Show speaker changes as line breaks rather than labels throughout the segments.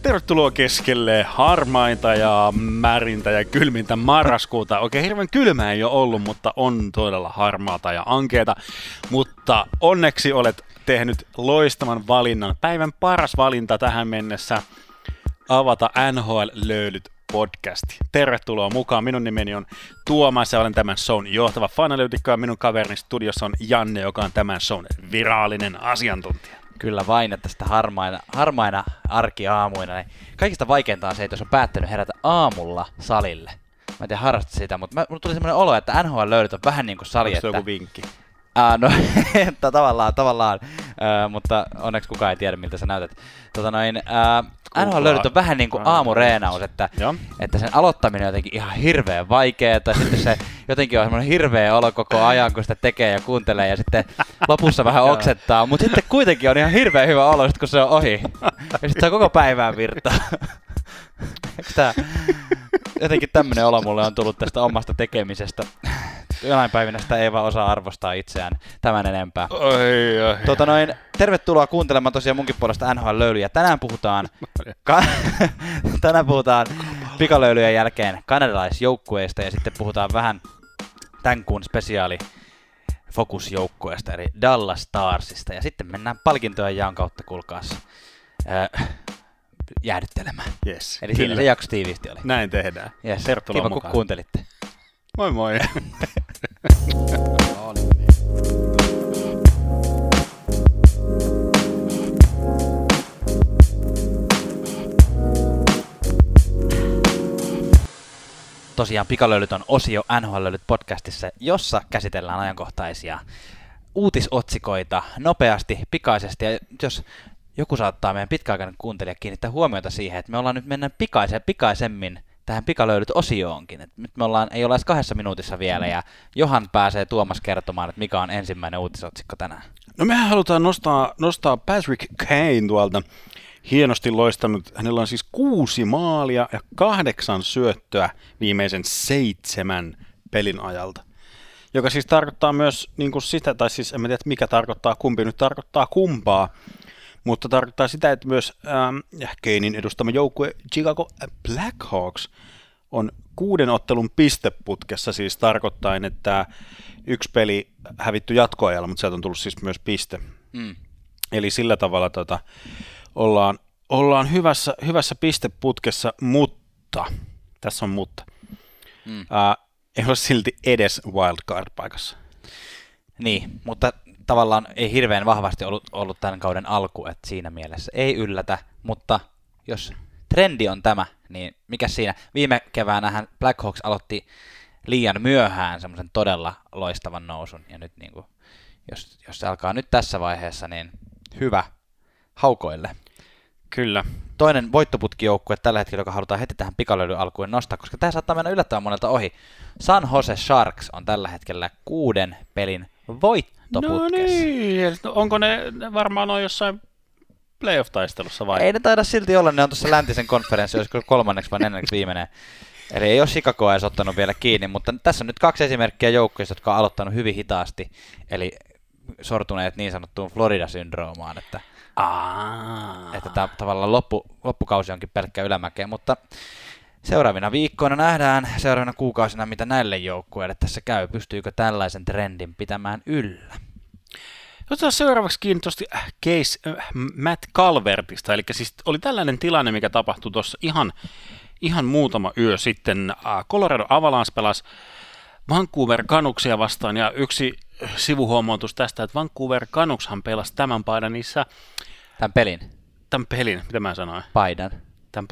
Tervetuloa keskelle harmainta ja märintä ja kylmintä marraskuuta. Oikein hirveän kylmää ei ole ollut, mutta on todella harmaata ja ankeeta. Mutta onneksi olet tehnyt loistavan valinnan. Päivän paras valinta tähän mennessä avata NHL-löylyt podcasti. Tervetuloa mukaan. Minun nimeni on Tuomas ja olen tämän shown johtava fanalyytikko ja minun kaverini studiossa on Janne, joka on tämän shown virallinen asiantuntija.
Kyllä vain, että tästä harmaina arkiaamuina. Niin kaikista vaikeinta on se, että jos on päättänyt herätä aamulla salille. Mä en tiedä harrastat sitä, mutta mulla tuli semmoinen olo, että NHL-löylyt on vähän niin kuin sali.
Onko se joku vinkki?
No, tavallaan, mutta onneksi kukaan ei tiedä, miltä sä näytät. NHL-löylyt on vähän niin kuin aamureenaus, että sen aloittaminen on jotenkin ihan hirveän vaikeaa, ja sitten se jotenkin on semmoinen hirveä olo koko ajan, kun sitä tekee ja kuuntelee, ja sitten lopussa vähän oksettaa, mutta sitten kuitenkin on ihan hirveän hyvä olo, kun se on ohi, ja sitten se on koko päivään virtaa. Jotenkin tämmöinen olo mulle on tullut tästä omasta tekemisestä. Jonain päivinä sitä ei vaan osaa arvostaa itseään tämän enempää. Tervetuloa kuuntelemaan tosiaan munkin puolesta NHL-löylyjä. Tänään puhutaan pikalöylyjen jälkeen kanadalaisjoukkueista ja sitten puhutaan vähän tämän kuun spesiaali fokusjoukkueesta eli Dallas Starsista. Ja sitten mennään palkintojen jaon kautta, kuulkaas, jäädyttelemään.
Yes,
eli siinä se jakso tiiviisti oli.
Näin tehdään.
Yes. Kiva, kun kuuntelitte.
Moi moi.
Tosiaan Pikalöylyt on osio NHL-löylyt podcastissa, jossa käsitellään ajankohtaisia uutisotsikoita nopeasti, pikaisesti. Ja jos joku saattaa meidän pitkäaikainen kuuntelija kiinnittää huomiota siihen, että me ollaan nyt mennä pikaisemmin tähän Pikalöylyt-osioonkin. Et nyt ei olla edes 2 minuutissa vielä, ja Johan pääsee Tuomas kertomaan, että mikä on ensimmäinen uutisotsikko tänään.
No mehän halutaan nostaa Patrick Kane tuolta. Hienosti loistanut. Hänellä on siis 6 maalia ja 8 syöttöä viimeisen 7 pelin ajalta. Joka siis tarkoittaa myös niin kuin sitä, tai siis en tiedä mikä tarkoittaa kumpi, nyt tarkoittaa kumpaa. Mutta tarkoittaa sitä, että myös Kanein edustama joukkue Chicago Blackhawks on 6 ottelun pisteputkessa, siis tarkoittain, että 1 peli hävitty jatkoajalla, mutta sieltä on tullut siis myös piste. Eli sillä tavalla ollaan hyvässä pisteputkessa, mutta, tässä on mutta, ei ole silti edes wildcard-paikassa.
Niin, mutta tavallaan ei hirveän vahvasti ollut tämän kauden alku, että siinä mielessä ei yllätä, mutta jos trendi on tämä, niin mikä siinä? Viime keväänähän Blackhawks aloitti liian myöhään semmoisen todella loistavan nousun, ja nyt niin kuin, jos se alkaa nyt tässä vaiheessa, niin hyvä haukoille.
Kyllä.
Toinen voittoputkijoukkue tällä hetkellä, joka halutaan heti tähän pikalöylyn alkuun nostaa, koska tämä saattaa mennä yllättävän monelta ohi. San Jose Sharks on tällä hetkellä 6 pelin voittoputkessa.
No niin, onko ne varmaan on jossain playoff-taistelussa vai?
Ei ne taida silti olla, ne on tuossa läntisen konferenssi, olisiko 3. vai 4. viimeinen. Eli ei ole Chicagoa edes ottanut vielä kiinni, mutta tässä on nyt 2 esimerkkiä joukkueista, jotka on aloittanut hyvin hitaasti, eli sortuneet niin sanottuun Florida-syndroomaan, että tavallaan loppukausi onkin pelkkä ylämäkeä, mutta seuraavina viikkoina nähdään, seuraavina kuukausina, mitä näille joukkueille tässä käy, pystyykö tällaisen trendin pitämään yllä.
Otetaan seuraavaksi kiinni tuosta case Matt Calvertista, eli siis oli tällainen tilanne, mikä tapahtui tuossa ihan muutama yö sitten. Colorado Avalanche pelasi Vancouver Canucksia vastaan, ja yksi sivuhuomautus tästä, että Vancouver Canuckshan pelasi tämän paidan niissä...
Tämän pelin,
mitä mä sanoin?
Paidan.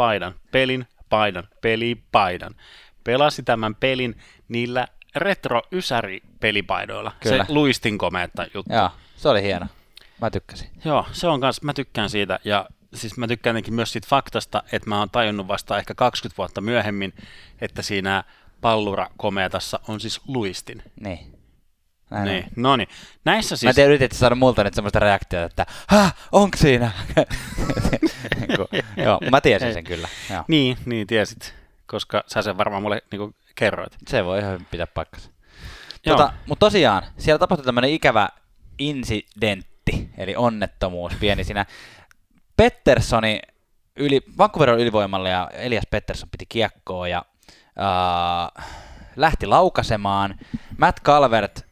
Pelipaidan. Pelasi tämän pelin niillä retro-ysäri-pelipaidoilla.
Kyllä.
Se luistin komeetta juttu.
Joo, se oli hieno. Mä tykkäsin.
Joo, se on kans, mä tykkään siitä, ja siis mä tykkään myös siitä faktasta, että mä oon tajunnut vasta ehkä 20 vuotta myöhemmin, että siinä pallura-komeetassa on siis luistin.
Niin.
Niin, no niin. Näissä siis...
Mä en tiedä, yrititte saada multa nyt semmoista reaktiota, että onko siinä? Joo, mä tiesin sen kyllä. Joo.
Niin tiesit, koska sä sen varmaan mulle niin kerroit.
Se voi ihan pitää paikkansa. Mutta tosiaan, siellä tapahtui tämmöinen ikävä incidentti, eli onnettomuus pieni siinä. Petterssoni Vancouver oli ylivoimalla ja Elias Pettersson piti kiekkoa ja lähti laukaisemaan. Matt Calvert,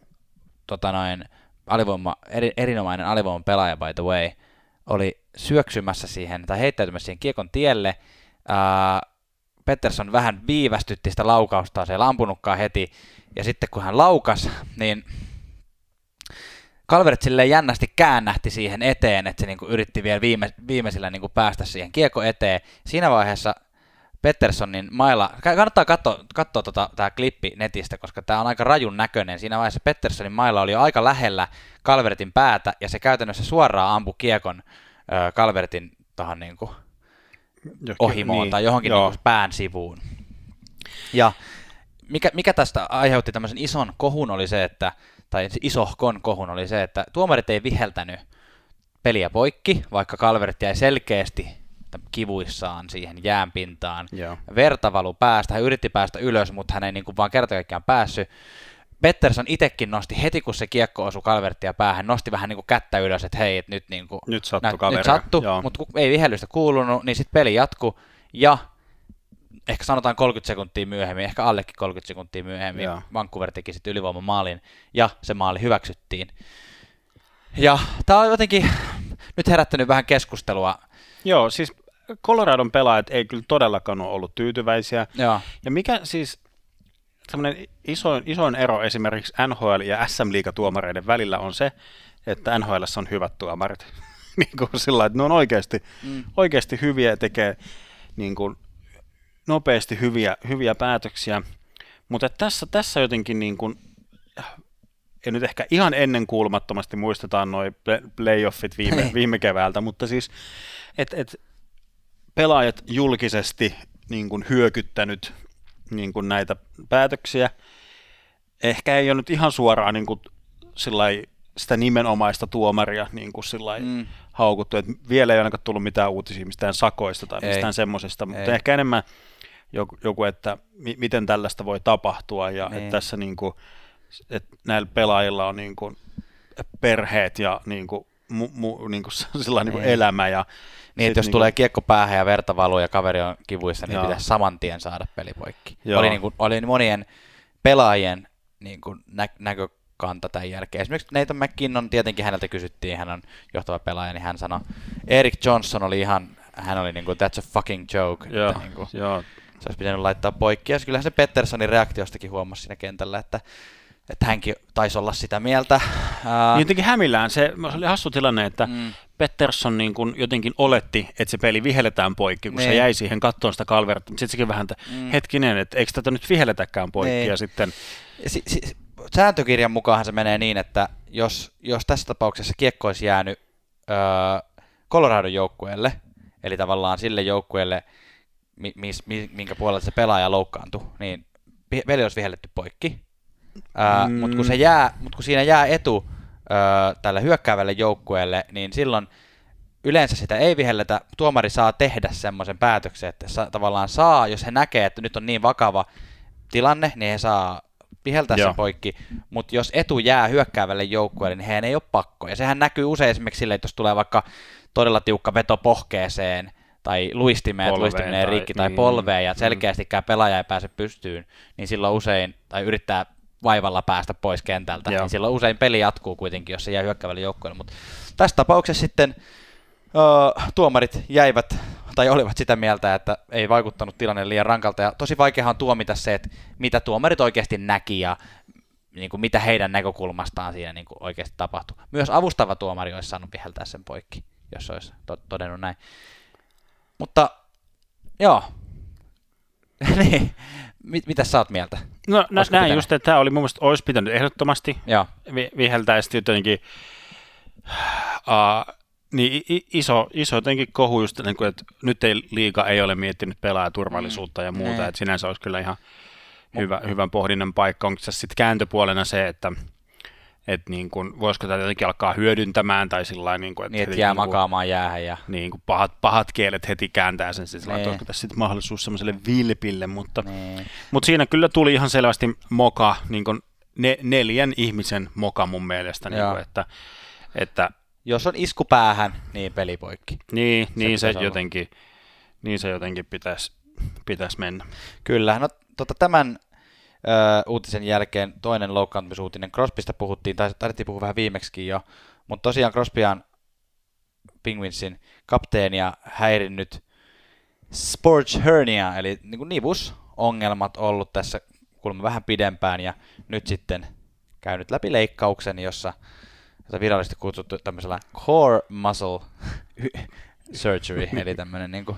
erinomainen alivoiman pelaaja by the way, oli syöksymässä siihen tai heittäytymässä siihen kiekon tielle. Pettersson vähän viivästytti sitä laukausta, se ei ampunutkaan heti, ja sitten kun hän laukas, niin Calvert silleen jännästi käännähti siihen eteen, että se niinku yritti vielä viimeisillä niinku päästä siihen kiekko eteen. Siinä vaiheessa Petterssonin mailla, kannattaa katsoa tämä klippi netistä, koska tämä on aika rajun näköinen. Siinä vaiheessa Petterssonin mailla oli jo aika lähellä Calvertin päätä, ja se käytännössä suoraan ampui kiekon Calvertin tuohon niinku ohimoon niin, tai johonkin niinku pään sivuun. Ja mikä tästä aiheutti tämmöisen ison kohun oli se, tai isohkon kohun oli se, että tuomarit ei viheltänyt peliä poikki, vaikka Calvert jäi selkeästi kivuissaan siihen jäänpintaan. Verta valui päästä, hän yritti päästä ylös, mutta hän ei niin kuin vaan kerta kaikkiaan päässyt. Pettersson itsekin nosti heti, kun se kiekko osui Calvertia päähän, nosti vähän niin kuin kättä ylös, että hei, että nyt sattui, mutta kun ei vihellystä kuulunut, niin sitten peli jatkui, ja ehkä sanotaan 30 sekuntia myöhemmin, ehkä allekin 30 sekuntia myöhemmin, Vancouver teki sitten ylivoiman maalin, ja se maali hyväksyttiin. Ja tämä on jotenkin nyt herättänyt vähän keskustelua.
Joo, siis Coloradon pelaajat ei kyllä todellakaan ole ollut tyytyväisiä.
Joo.
Ja mikä siis semmoinen isoin ero esimerkiksi NHL- ja SM-liigatuomareiden välillä on se, että NHL:ssä on hyvät tuomarit. Niin kuin sillä, että ne on oikeasti hyviä ja tekee niin kuin nopeasti hyviä päätöksiä. Mutta tässä jotenkin, niin kuin, en nyt ehkä ihan ennenkuulumattomasti muistetaan nuo playoffit viime keväältä, mutta siis pelaajat julkisesti niin kuin hyökyttänyt niin kuin näitä päätöksiä. Ehkä ei ole nyt ihan suoraan niin kuin sitä nimenomaista tuomaria niin kuin haukuttu, että vielä ei ainakaan tullut mitään uutisia mistään sakoista tai mistään semmoisesta, mutta ehkä enemmän joku, että miten tällaista voi tapahtua ja että tässä niin kuin, että näillä pelaajilla on niin kuin perheet ja niin kuin, niin kuin elämä. Ja
niin, että jos tulee kiekko päähän ja verta valuu ja kaveri on kivuissa, niin pitäisi saman tien saada peli poikki. Oli monien pelaajien niin kuin näkökanta tämän jälkeen. Esimerkiksi Nathan McKinnon, tietenkin häneltä kysyttiin, hän on johtava pelaaja, niin hän sanoi, Erik Johnson oli hän oli niin kuin, that's a fucking joke.
Joo,
että, niin kuin, se olisi pitänyt laittaa poikki. Ja kyllähän se Petterssonin reaktiostakin huomasi siinä kentällä, että hänkin taisi olla sitä mieltä.
Niin jotenkin hämillään. Se oli hassu tilanne, että Pettersson niin kuin jotenkin oletti, että se peli vihelletään poikki, kun se jäi siihen kattoon sitä Calvertia. Sitten sekin vähän, hetkinen, että eikö tätä nyt vihelletäkään poikki. Ja sitten
sääntökirjan mukaan se menee niin, että jos tässä tapauksessa kiekko olisi jäänyt Coloradon joukkueelle, eli tavallaan sille joukkueelle, minkä puolella se pelaaja loukkaantui, niin peli olisi vihelletty poikki. Mutta kun siinä jää etu tälle hyökkäävälle joukkueelle, niin silloin yleensä sitä ei vihelletä. Tuomari saa tehdä semmoisen päätöksen, että tavallaan saa, jos he näkee, että nyt on niin vakava tilanne, niin he saa viheltää sen poikki. Mutta jos etu jää hyökkäävälle joukkueelle, niin heidän ei ole pakko. Ja sehän näkyy usein esimerkiksi silleen, että jos tulee vaikka todella tiukka veto pohkeeseen, tai luistimeen rikki tai polveen, ja selkeästikään pelaaja ei pääse pystyyn, niin silloin usein, tai yrittää vaivalla päästä pois kentältä, niin silloin usein peli jatkuu kuitenkin, jos se jää hyökkäävälle joukkueelle. Mutta tässä tapauksessa sitten tuomarit jäivät, tai olivat sitä mieltä, että ei vaikuttanut tilanne liian rankalta, ja tosi vaikeahan tuomita se, että mitä tuomarit oikeasti näki, ja niin kuin mitä heidän näkökulmastaan siinä niin kuin oikeasti tapahtui. Myös avustava tuomari olisi saanut viheltää sen poikki, jos olisi todennut näin. Mutta, joo. Niin, mitäs sä oot mieltä?
No näin just, että tämä oli mun mielestä, olisi pitänyt ehdottomasti viheltää, ja sitten jotenkin niin iso jotenkin kohu just, että nyt liiga ei ole miettinyt pelaajaturvallisuutta ja muuta, että sinänsä olisi kyllä ihan hyvän pohdinnan paikka. Onko se sitten kääntöpuolena se, että niin kuin, voisiko tätä jotenkin alkaa hyödyntämään tai sillä niin kuin,
että jää makaamaan jäähän. Ja
niin kuin pahat kielet heti kääntää sen, sillä että olisiko tässä sitten mahdollisuus semmoiselle vilpille, mutta siinä kyllä tuli ihan selvästi moka, niin kuin 4 ihmisen moka mun mielestä, niin kuin, että
jos on isku päähän, niin peli poikki.
Niin se jotenkin niin se jotenkin pitäisi mennä.
Kyllä, no tämän uutisen jälkeen toinen loukkaantumisuutinen. Crosbysta puhuttiin, taidettiin puhua vähän viimeksikin jo, mutta tosiaan Crosby on Penguinsin kapteenia häirinnyt sports hernia, eli niin kuin nivusongelmat ollut tässä kuulemma vähän pidempään, ja nyt sitten käynyt läpi leikkauksen, jossa virallisesti kutsuttu tämmöisellä core muscle surgery, eli tämmöinen niin kuin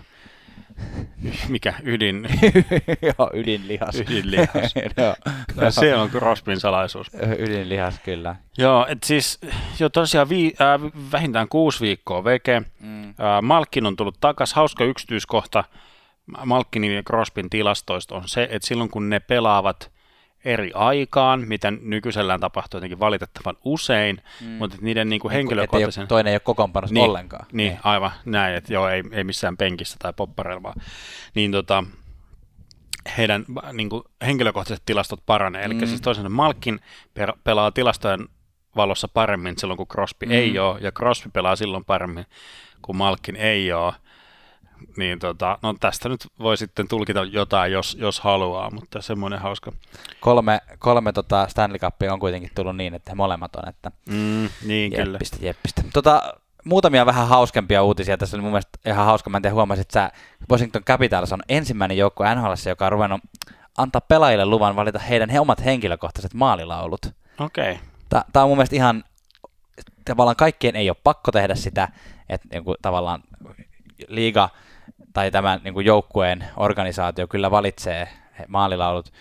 mikä?
Joo, ydinlihas.
Ydinlihas. Se on Crosbyn salaisuus.
Ydinlihas, kyllä.
Joo, et siis jo tosiaan vähintään 6 viikkoa veke. Malkin on tullut takaisin. Hauska yksityiskohta Malkinin ja Crosbyn tilastoista on se, että silloin kun ne pelaavat eri aikaan, mitä nykyisellään tapahtuu jotenkin valitettavan usein, mutta niiden niin kuin henkilökohtaisen...
Toinen ei ole kokoonpanossa ollenkaan.
Niin, aivan näin, että joo, ei missään penkissä tai poppareilla, niin heidän niin kuin henkilökohtaiset tilastot paranee. Eli siis toisaalta Malkin pelaa tilastojen valossa paremmin silloin, kun Crosby ei ole, ja Crosby pelaa silloin paremmin, kun Malkin ei ole. Niin no tästä nyt voi sitten tulkita jotain, jos haluaa, mutta semmoinen hauska.
Kolme Stanley Cupia on kuitenkin tullut niin, että he molemmat on, että
niin
jeppistä. Muutamia vähän hauskempia uutisia. Tässä oli mun mielestä ihan hauska, mä en tiedä huomasit, että Washington Capitals on ensimmäinen joukkue NHL:ssä, joka on ruvennut antaa pelaajille luvan valita heidän omat henkilökohtaiset maalilaulut.
Okei.
Tämä on mun mielestä ihan, tavallaan kaikkien ei ole pakko tehdä sitä, että niin tavallaan liiga tai tämän niin kuin joukkueen organisaatio kyllä valitsee maalilaulut,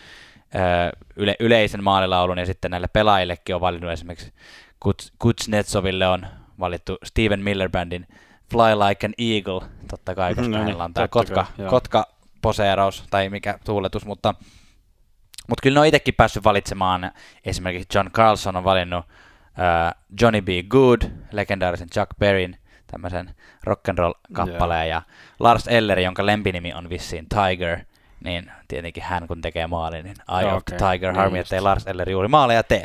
yleisen maalilaulun, ja sitten näille pelaajillekin on valinnut esimerkiksi Kuznetsoville on valittu Steven Miller Bandin Fly Like an Eagle, totta kai, koska hänellä on tämä Kotka-poseeraus tai mikä tuuletus, mutta kyllä ne on itsekin päässyt valitsemaan. Esimerkiksi John Carlson on valinnut Johnny B. Good, legendaarisen Chuck Berryn, tämmöisen rock'n'roll-kappaleen, ja Lars Eller, jonka lempinimi on vissiin Tiger, niin tietenkin hän kun tekee maalin, niin Eye of the Tiger, harmi, ettei Lars Eller juuri maaleja tee.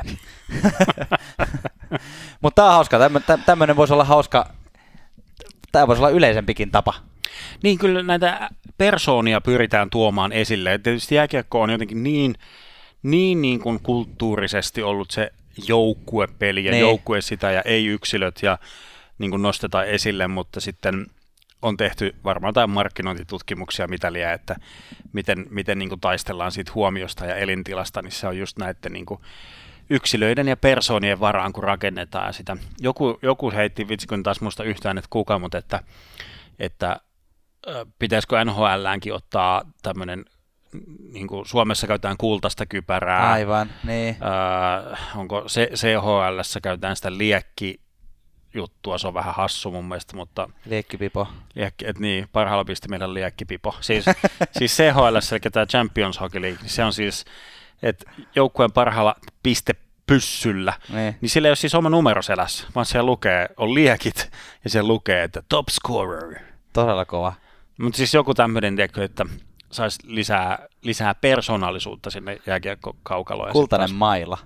Mutta tämä on hauska, tämmöinen voisi olla hauska, tämä voisi olla yleisempikin tapa.
Niin, kyllä näitä persoonia pyritään tuomaan esille, ja tietysti jääkiekko on jotenkin niin kuin kulttuurisesti ollut se joukkuepeli ja joukkue sitä ja ei yksilöt, ja niin kuin nostetaan esille, mutta sitten on tehty varmaan jotain markkinointitutkimuksia mitäliä, että miten niin kuin taistellaan siitä huomiosta ja elintilasta, niin se on just näiden niin kuin yksilöiden ja persoonien varaan, kun rakennetaan sitä. Joku heitti, vitsi kun taas muista yhtään, että kuka, mutta että pitäisikö NHL:äänkin ottaa tämmöinen, niin kuin Suomessa käytetään kultaista kypärää.
Aivan, niin.
Onko CHL:ssä käytetään sitä liekkijuttua, se on vähän hassu mun mielestä, mutta...
Liekkipipo.
Niin, parhaalla pisti meidän liekkipipo. Siis CHL:ssä, eli tämä Champions Hockey League, niin se on siis, että joukkueen parhaalla pistepyssyllä, niin sillä ei ole siis oma numero selässä, vaan siellä on liekit, ja siellä lukee, että top scorer.
Todella kova.
Mutta siis joku tämmöinen, että saisi lisää persoonallisuutta sinne jääkiekkokaukaloon.
Kultainen maila.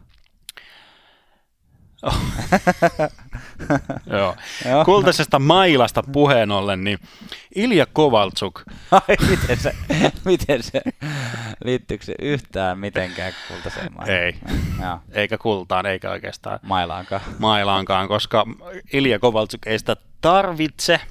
Joo. Kultaisesta mailasta puheen ollen, niin Ilja Kovaltsuk.
Miten se? Liittyykö se yhtään mitenkään kultaiseen mailaan?
Ei. Eikä kultaan, eikä oikeastaan mailaankaan, koska Ilja Kovaltsuk ei sitä tarvitse.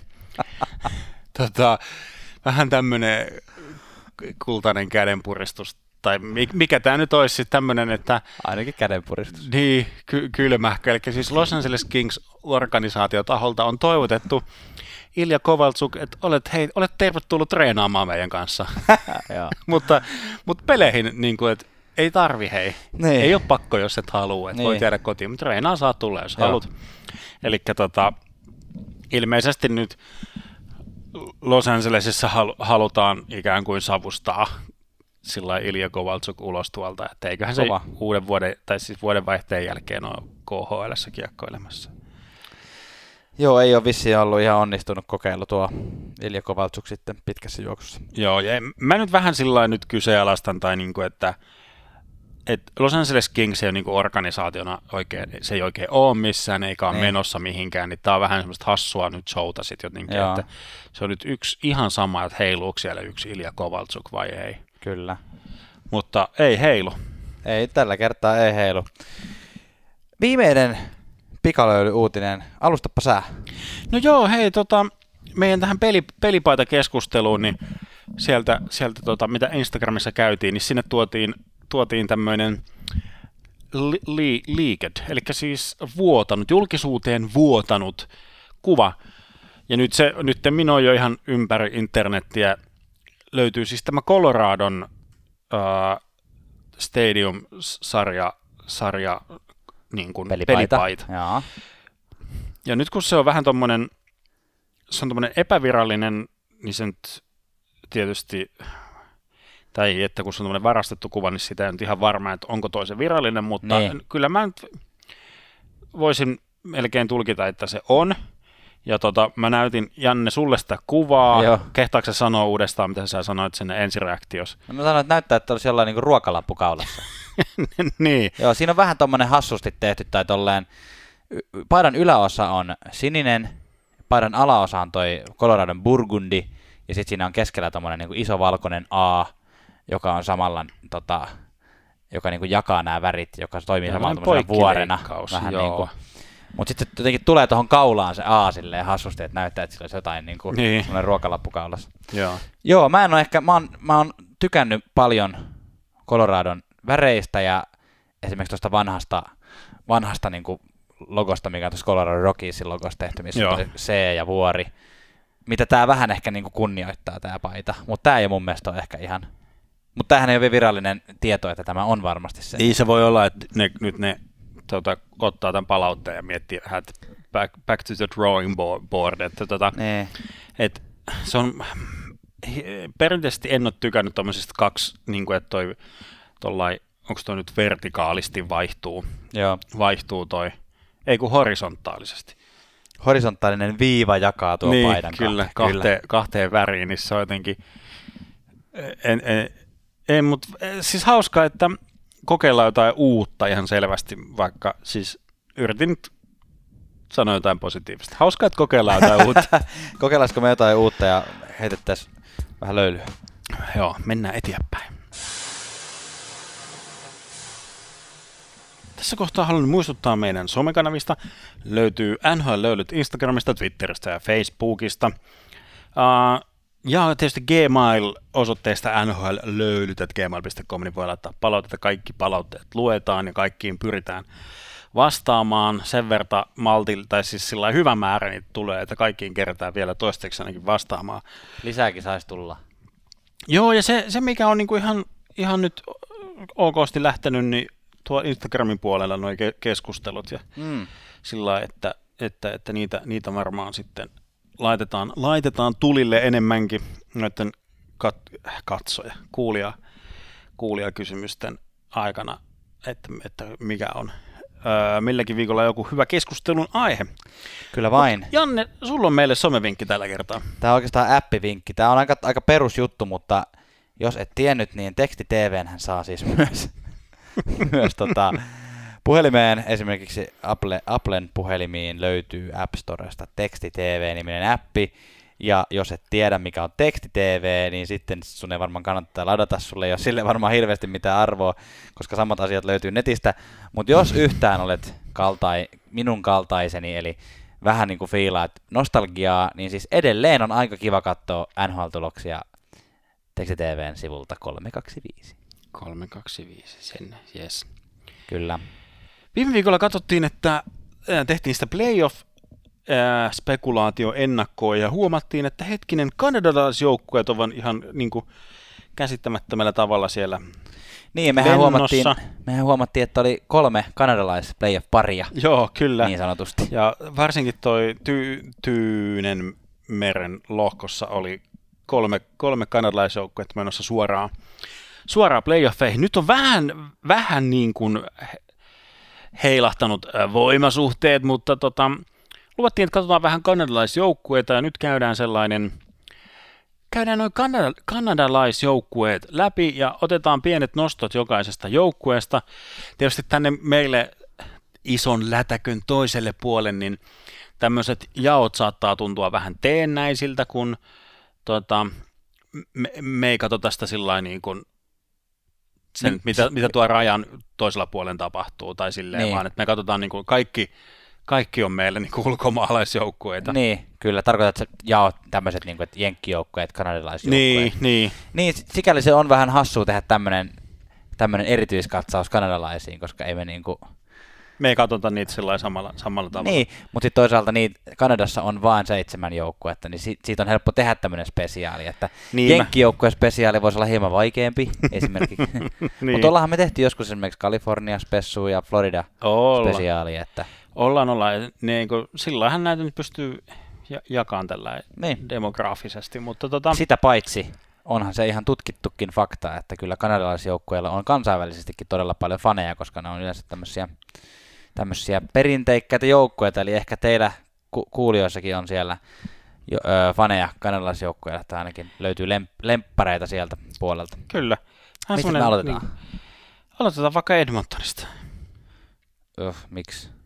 Vähän tämmöinen kultainen kädenpuristus, tai mikä tämä nyt olisi sitten tämmöinen, että...
Ainakin kädenpuristus.
Niin, kylmähkö. Eli siis Los Angeles Kings-organisaatiotaholta on toivotettu Ilja Kovaltsuk, että olet tervetullut treenaamaan meidän kanssa. mutta peleihin, niin kuin, että ei tarvi, Niin. Ei ole pakko, jos et halua, että voit jäädä kotiin, mutta treenaa saa tulla, jos haluat. Eli ilmeisesti nyt Los Angelesissa halutaan ikään kuin savustaa sillä Ilja Kovaltsuk ulos tuolta, että eiköhän se uuden vuoden, tai siis vuodenvaihteen jälkeen ole KHL:ssä kiekkoilemassa.
Joo, ei ole vissiin ollut ihan onnistunut kokeilu tuo Ilja Kovaltsuk sitten pitkässä juoksussa.
Joo, ja mä nyt vähän sillä nyt kyseenalaistan, tai niin kuin, että Los Angeles Kings ei ole niinku organisaationa oikein, se ei oikein ole missään, eikä ole menossa mihinkään, niin tää on vähän semmoista hassua nyt showta sit jotenkin, että se on nyt yksi ihan sama, että heiluuko siellä yksi Ilja Kovaltsuk vai ei.
Kyllä.
Mutta ei heilu.
Ei, tällä kertaa ei heilu. Viimeinen pikalöyly-uutinen. Alustappa sä.
No joo, hei, meidän tähän pelipaitakeskusteluun, niin sieltä mitä Instagramissa käytiin, niin sinne tuotiin tämmöinen leaked, eli siis julkisuuteen vuotanut kuva. Ja nyt minun on jo ihan ympäri internettiä löytyy siis tämä Coloradon Stadium-sarja niin kuin pelipaita.
Jaa.
Ja nyt kun se on vähän tommonen epävirallinen, niin se nyt tietysti, tai että kun se on tommonen varastettu kuva, niin sitä ei nyt ihan varma, että onko toisen virallinen, mutta kyllä mä nyt voisin melkein tulkita, että se on. Ja mä näytin, Janne, sulle sitä kuvaa. Joo. Kehtaatko sä sanoa uudestaan, mitä sä sanoit sen ensireaktios?
No mä sanoin, että näyttää, että olisi jollain niinku ruokalappu kaulassa.
Niin.
Joo, siinä on vähän tommonen hassusti tehty, tai tolleen, paidan yläosa on sininen, paidan alaosa on toi Coloradon burgundi, ja sitten siinä on keskellä tommonen niinku iso valkoinen A, joka on samalla, joka niinku jakaa nämä värit, joka toimii samalla tommosena vuorena. Vähän niinku. Mutta sitten jotenkin tulee tuohon kaulaan se A silleen hassusti, että näyttää, että sillä olisi jotain niinku semmoinen ruokalappu kaulassa. Joo, mä oon tykännyt paljon Coloradon väreistä ja esimerkiksi tuosta vanhasta niinku logosta, mikä on tuossa Colorado Rockiesin logosta tehty, missä on C ja vuori, mitä tää vähän ehkä niinku kunnioittaa tää paita, mutta tää ei mun mielestä ole ehkä ihan, mutta tämähän ei ole virallinen tieto, että tämä on varmasti se.
Niin se voi olla, että ne ottaa tämän palautteen ja miettii, että back to the drawing board, että et se on, perinteisesti en ole tykännyt tommosista kaksi, niin kuin, että onko toi nyt vertikaalisti vaihtuu toi, ei kun horisontaalisesti.
Horisontaalinen viiva jakaa tuo paidan
kahteen väriin, niin se on jotenkin, mutta siis hauskaa, että kokeillaan jotain uutta ihan selvästi, vaikka siis yritin nyt sanoa jotain positiivista. Hauskaa, että kokeillaan jotain uutta.
Kokeillaanko me jotain uutta ja heitettäisiin vähän löylyä?
Joo, mennään eteenpäin. Tässä kohtaa haluan muistuttaa meidän somekanavista. Löytyy NHL-löylyt Instagramista, Twitteristä ja Facebookista. Ja tietysti Gmail-osoitteesta nhlöylyt@gmail.com, niin voi laittaa palautetta. Kaikki palautteet luetaan ja kaikkiin pyritään vastaamaan sen verran tai siis sillä hyvä määrä niitä tulee, että kaikkiin kerätään vielä toistaiseksi ainakin vastaamaan.
Lisääkin saisi tulla.
Joo, ja se mikä on niinku ihan nyt okosti lähtenyt, niin tuo Instagramin puolella nuo keskustelut ja sillä että niitä varmaan sitten laitetaan tulille enemmänkin noiden kuulijakysymysten aikana, että mikä on milläkin viikolla joku hyvä keskustelun aihe.
Kyllä vain.
Janne, sulla on meille somevinkki tällä kertaa.
Tämä on oikeastaan appivinkki. Tämä on aika perusjuttu, mutta jos et tiennyt, niin teksti-TVnhän saa siis myös puhelimeen, esimerkiksi Applen puhelimiin löytyy App Storesta Teksti-TV-niminen appi, ja jos et tiedä mikä on Teksti-TV, niin sitten sun ei varmaan kannattaa ladata sulle, jos sille varmaan hirveästi mitään arvoa, koska samat asiat löytyy netistä, mutta jos yhtään olet minun kaltaiseni, eli vähän niin kuin fiilaat nostalgiaa, niin siis edelleen on aika kiva katsoa NHL-tuloksia Teksti-TVn sivulta 325.
325, sen, yes.
Kyllä.
Viime viikolla katsottiin, että tehtiin sitä playoff-spekulaatio-ennakkoa ja huomattiin, että kanadalaisjoukkueet ovat ihan niin kuin käsittämättömällä tavalla siellä
niin, mehän huomattiin, että oli 3 kanadalais-playoff-paria.
Joo, kyllä.
Niin sanotusti.
Ja varsinkin toi Tyynen meren lohkossa oli kolme kanadalaisjoukkuetta menossa suoraan playoffeihin. Nyt on vähän niin kuin heilahtanut voimasuhteet, mutta luvattiin, että katsotaan vähän kanadalaisjoukkueita, ja nyt käydään sellainen käydään noin kanadalaisjoukkueet läpi ja otetaan pienet nostot jokaisesta joukkueesta. Tietysti tänne meille ison lätäkön toiselle puolelle, niin tämmöiset jaot saattaa tuntua vähän teennäisiltä, kun me ei katsota sitä sillain niin kuin sen, mitä tuo rajan toisella puolen tapahtuu, tai silleen niin. Vaan, että me katsotaan niin kuin kaikki on meille niin kuin ulkomaalaisjoukkueita.
Niin, kyllä. Tarkoitat, että jaot tämmöiset niin kuin, että jenkkijoukkueet, kanadalaisjoukkueet.
Niin.
Niin, sikäli se on vähän hassua tehdä tämmöinen erityiskatsaus kanadalaisiin, koska ei me niinku...
Me ei katsota niitä samalla tavalla.
Niin, mutta sitten toisaalta Kanadassa on vain 7 joukkuetta, niin siitä on helppo tehdä tämmöinen spesiaali, että niin jenkkijoukkueen spesiaali voisi olla hieman vaikeampi esimerkiksi. Niin. Mutta ollaanhan me tehty joskus esimerkiksi Kalifornia spessu ja Florida spesiaali. Että...
Ollaan. Sillähän näitä nyt pystyy jakamaan tällä demograafisesti. Mutta
sitä paitsi onhan se ihan tutkittukin fakta, että kyllä kanadalaisjoukkueilla on kansainvälisestikin todella paljon faneja, koska ne on yleensä tämmöisiä perinteikkäitä joukkueita, eli ehkä teillä kuulijoissakin on siellä faneja kanadalaisjoukkueilla, että ainakin löytyy lemppareita sieltä puolelta.
Kyllä.
Mistä me aloitetaan?
Niin, aloitetaan vaikka Edmontonista.
Miksi?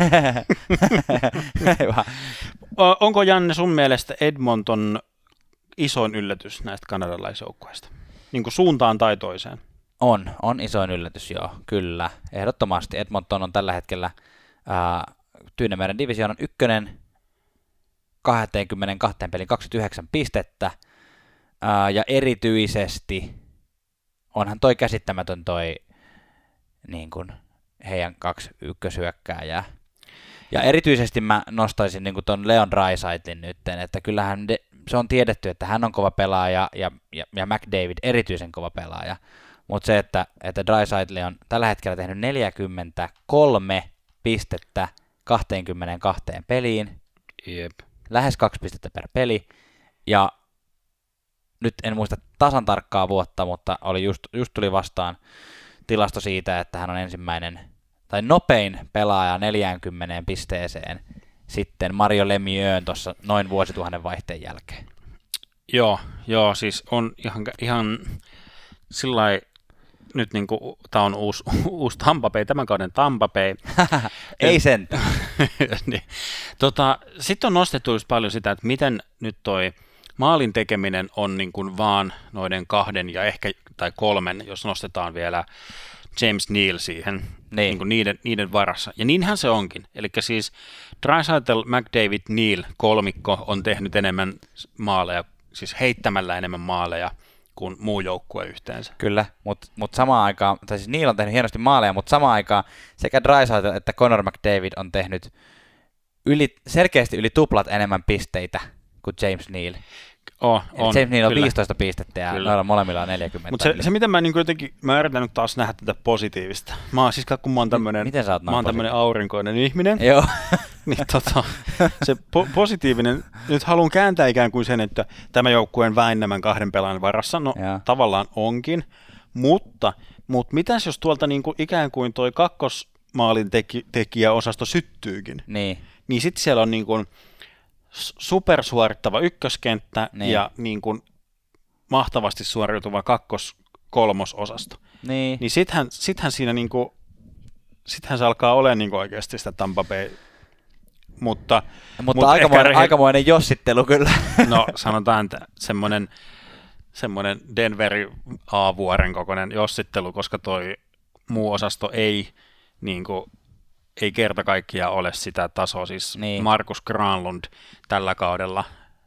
Onko, Janne, sun mielestä Edmonton isoin yllätys näistä kanadalaisjoukkueista? Niin kuin suuntaan tai toiseen?
On isoin yllätys, joo, kyllä. Ehdottomasti. Edmonton on tällä hetkellä Tyynemeren divisioonan 1, 22 pelin 29 pistettä, ja erityisesti onhan toi käsittämätön niin kuin heidän 2 ykköshyökkääjää. Ja erityisesti mä nostaisin niin kuin ton Leon Draisaitlin nyt, että kyllähän se on tiedetty, että hän on kova pelaaja ja McDavid erityisen kova pelaaja. Mutta se, että Draisaitl on tällä hetkellä tehnyt 43 pistettä 22 peliin,
Jep.
lähes 2 pistettä per peli, ja nyt en muista tasan tarkkaa vuotta, mutta just tuli vastaan tilasto siitä, että hän on ensimmäinen tai nopein pelaaja 40 pisteeseen sitten Mario Lemieux tuossa noin vuosituhannen vaihteen jälkeen.
Joo, siis on ihan sillai, nyt niinku, tää on uusi Tampa Bay, tämän kauden Tampa Bay.
Ei sentään.
Niin. Sitten on nostettu just paljon sitä, että miten nyt toi maalin tekeminen on niin kuin vaan noiden 2 ja ehkä tai 3, jos nostetaan vielä James Neal siihen niin kuin niiden varassa. Ja niinhän se onkin. Eli siis Draisaitl, McDavid, Neal kolmikko on tehnyt enemmän maaleja, siis heittämällä enemmän maaleja kuin muu joukkue yhteensä.
Kyllä, mutta samaan aikaan, tai siis Neal on tehnyt hienosti maaleja, mutta samaan aikaan sekä Draisaitl että Connor McDavid on tehnyt selkeästi yli tuplat enemmän pisteitä kuin James Neal. James Neal on kyllä 15 pistettä ja noilla molemmilla on 40.
Mutta se mitä mä niin jotenkin, mä yritän nyt taas nähdä tätä positiivista. Kun mä oon tämmönen aurinkoinen ihminen.
Joo.
Niin se positiivinen, nyt haluan kääntää ikään kuin sen, että tämä joukkueen väinnämän 2 pelaajan varassa, no tavallaan onkin, mutta mitäs jos tuolta niin kuin ikään kuin toi kakkosmaalin tekijäosasto syttyykin, niin sitten siellä on niin kuin supersuorittava ykköskenttä ja niin kuin mahtavasti suoriutuva kolmososasto. Niin sittenhän siinä niinku, sittenhän se alkaa olemaan niinku oikeasti sitä Tampa Bay. Mutta
aikamoinen jossittelu kyllä.
No sanotaan, että semmoinen Denverin A-vuoren kokoinen jossittelu, koska toi muu osasto ei niinku ei kerta kaikkiaan ole sitä tasoa, siis Markus Granlund tällä kaudella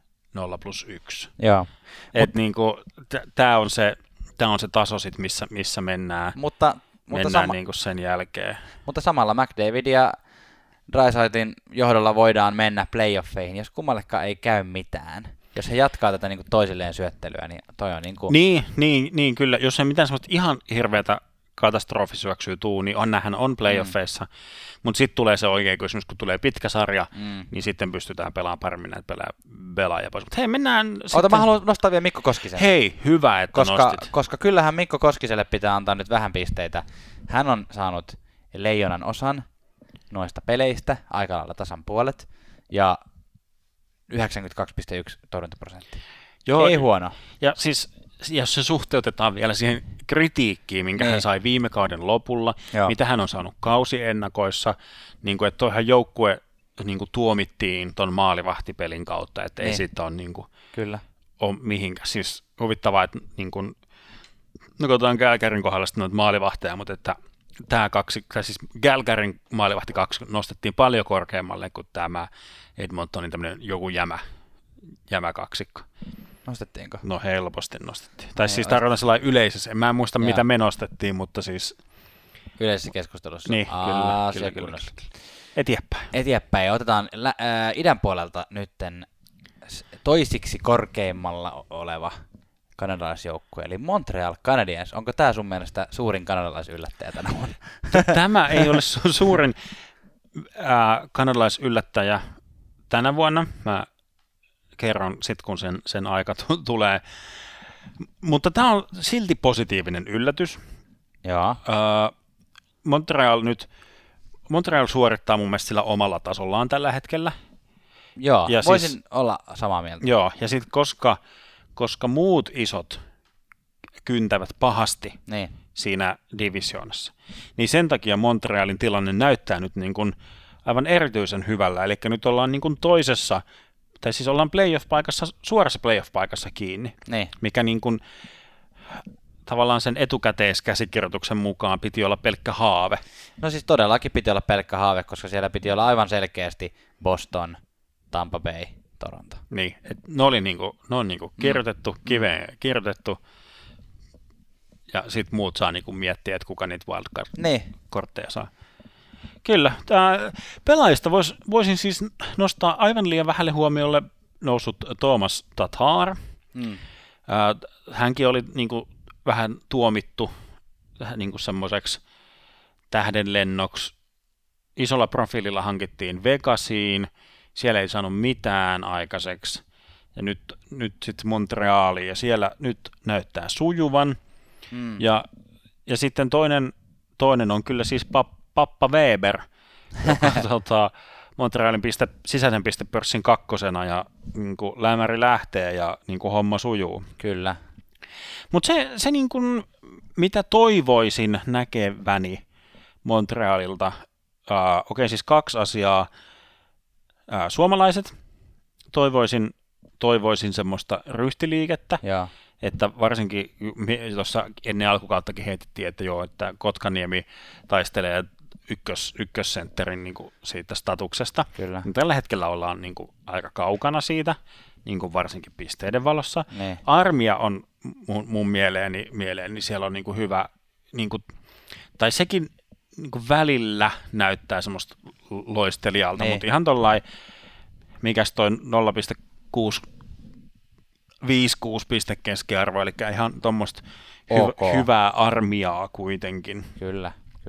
0+1.
Joo.
Niinku, tämä on se taso sit, missä mennään, niinku sen jälkeen.
Mutta samalla McDavid ja Draisaitlin johdolla voidaan mennä playoffeihin, jos kummallekaan ei käy mitään. Jos he jatkaa tätä niinku toisilleen syöttelyä, niin toi on niinku...
Niin, kyllä. Jos ei mitään semmoista ihan hirveätä katastrofisyöksyä tuu, niin hän on playoffeissa, mutta sitten tulee se oikein kysymys, kun tulee pitkä sarja, niin sitten pystytään pelaamaan paremmin näitä pelaajia pois. Mutta hei, mennään sitten...
Mä haluan nostaa vielä Mikko Koskisen.
Hei, hyvä, että nostit.
Koska kyllähän Mikko Koskiselle pitää antaa nyt vähän pisteitä. Hän on saanut leijonan osan noista peleistä, aika lailla tasan puolet, ja 92,1 torjuntaprosenttia.
Joo,
Ei huono.
Ja siis, jos se suhteutetaan vielä siihen kritiikkiin, minkä hän sai viime kauden lopulla, mitä hän on saanut kausiennakoissa, niin kuin, että toihan joukkue niin kuin tuomittiin ton maalivahtipelin kautta, että ei siitä ole, niin kuin,
Kyllä.
ole mihinkään. Siis huvittavaa, että niin kuin, no katsotaan Gälkärin kohdalla sitten noita maalivahteja, mutta että siis Gälkärin maalivahti 2 nostettiin paljon korkeammalle kuin tämä Edmontonin tämmöinen joku jämä kaksikko.
Nostettiinko?
No helposti nostettiin. Tai siis tarkoitan sellainen yleisessä. Mä en muista, mitä me nostettiin, mutta siis...
Yleisessä keskustelussa.
Niin, kyllä.
Eteenpäin. Otetaan idän puolelta nytten toisiksi korkeimmalla oleva kanadalaisjoukkue, eli Montreal Canadiens. Onko tämä sun mielestä suurin kanadalaisyllättäjä tänä vuonna?
Tämä ei ole suurin kanadalaisyllättäjä tänä vuonna. Mä kerron sitten, kun sen aika tulee. Mutta tämä on silti positiivinen yllätys.
Joo.
Montreal suorittaa mun mielestä sillä omalla tasollaan tällä hetkellä.
Joo,
ja
voisin
siis,
olla samaa mieltä.
Joo, ja sitten koska muut isot kyntävät pahasti siinä divisioonassa, niin sen takia Montrealin tilanne näyttää nyt niin kuin aivan erityisen hyvällä. Eli nyt ollaan niin kuin toisessa, tai siis ollaan playoff-paikassa, suorassa playoff-paikassa kiinni, mikä niin kuin tavallaan sen etukäteiskäsikirjoituksen mukaan piti olla pelkkä haave.
No siis todellakin piti olla pelkkä haave, koska siellä piti olla aivan selkeästi Boston, Tampa Bay, Toronto.
Niin, ne on niinku kirjoitettu, kiveen kirjoitettu, ja sitten muut saa niinku miettiä, että kuka niitä wildcard-kortteja saa. Kyllä, pelaajista voisin siis nostaa aivan liian vähälle huomiolle noussut Thomas Tatar. Hänkin oli niinku vähän tuomittu niinku semmoiseksi tähdenlennoksi. Isolla profiililla hankittiin Vegasiin, siellä ei saanut mitään aikaiseksi, ja nyt sitten Montrealiin, ja siellä nyt näyttää sujuvan. Ja sitten toinen on kyllä siis Pappa Weber, joka Montrealin sisäisen pistepörssin kakkosena, ja niin kuin lämäri lähtee, ja niin kuin homma sujuu.
Kyllä.
Mutta se niin kuin, mitä toivoisin näkeväni Montrealilta, siis 2 asiaa. Suomalaiset, toivoisin semmoista ryhtiliikettä, että varsinkin tuossa ennen alkukauttakin heitettiin, että että Kotkaniemi taistelee ykkössentterin niin kuin siitä statuksesta.
Kyllä.
Tällä hetkellä ollaan niin kuin aika kaukana siitä, niin kuin varsinkin pisteiden valossa. Armia on mun mieleeni siellä on niin kuin hyvä, niin kuin, tai sekin niin kuin välillä näyttää semmoista loistelijalta, mutta ihan tollain, mikäs toi 0,56 pistekeskiarvo, eli ihan tuommoista hyvää armiaa kuitenkin.
Kyllä.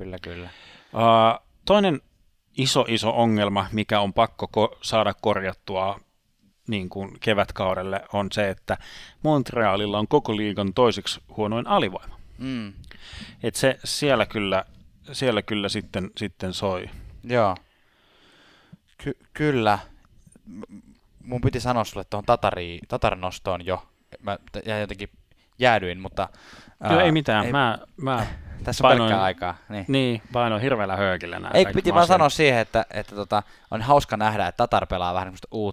Toinen iso ongelma, mikä on pakko saada korjattua niin kuin kevätkaudelle, on se, että Montrealilla on koko liigan toiseksi huonoin alivoima. Et se siellä kyllä sitten soi.
Joo. Kyllä. Mun piti sanoa sulle tuohon Tatarin nostoon jo. Mä jotenkin jäädyin, mutta...
Joo, ei mitään. Mä
tässä on pelkkää aikaa.
Niin, painoin hirveällä höökillä nämä.
Ei, piti vaan sanoa siihen, että on hauska nähdä, että Tatar pelaa vähän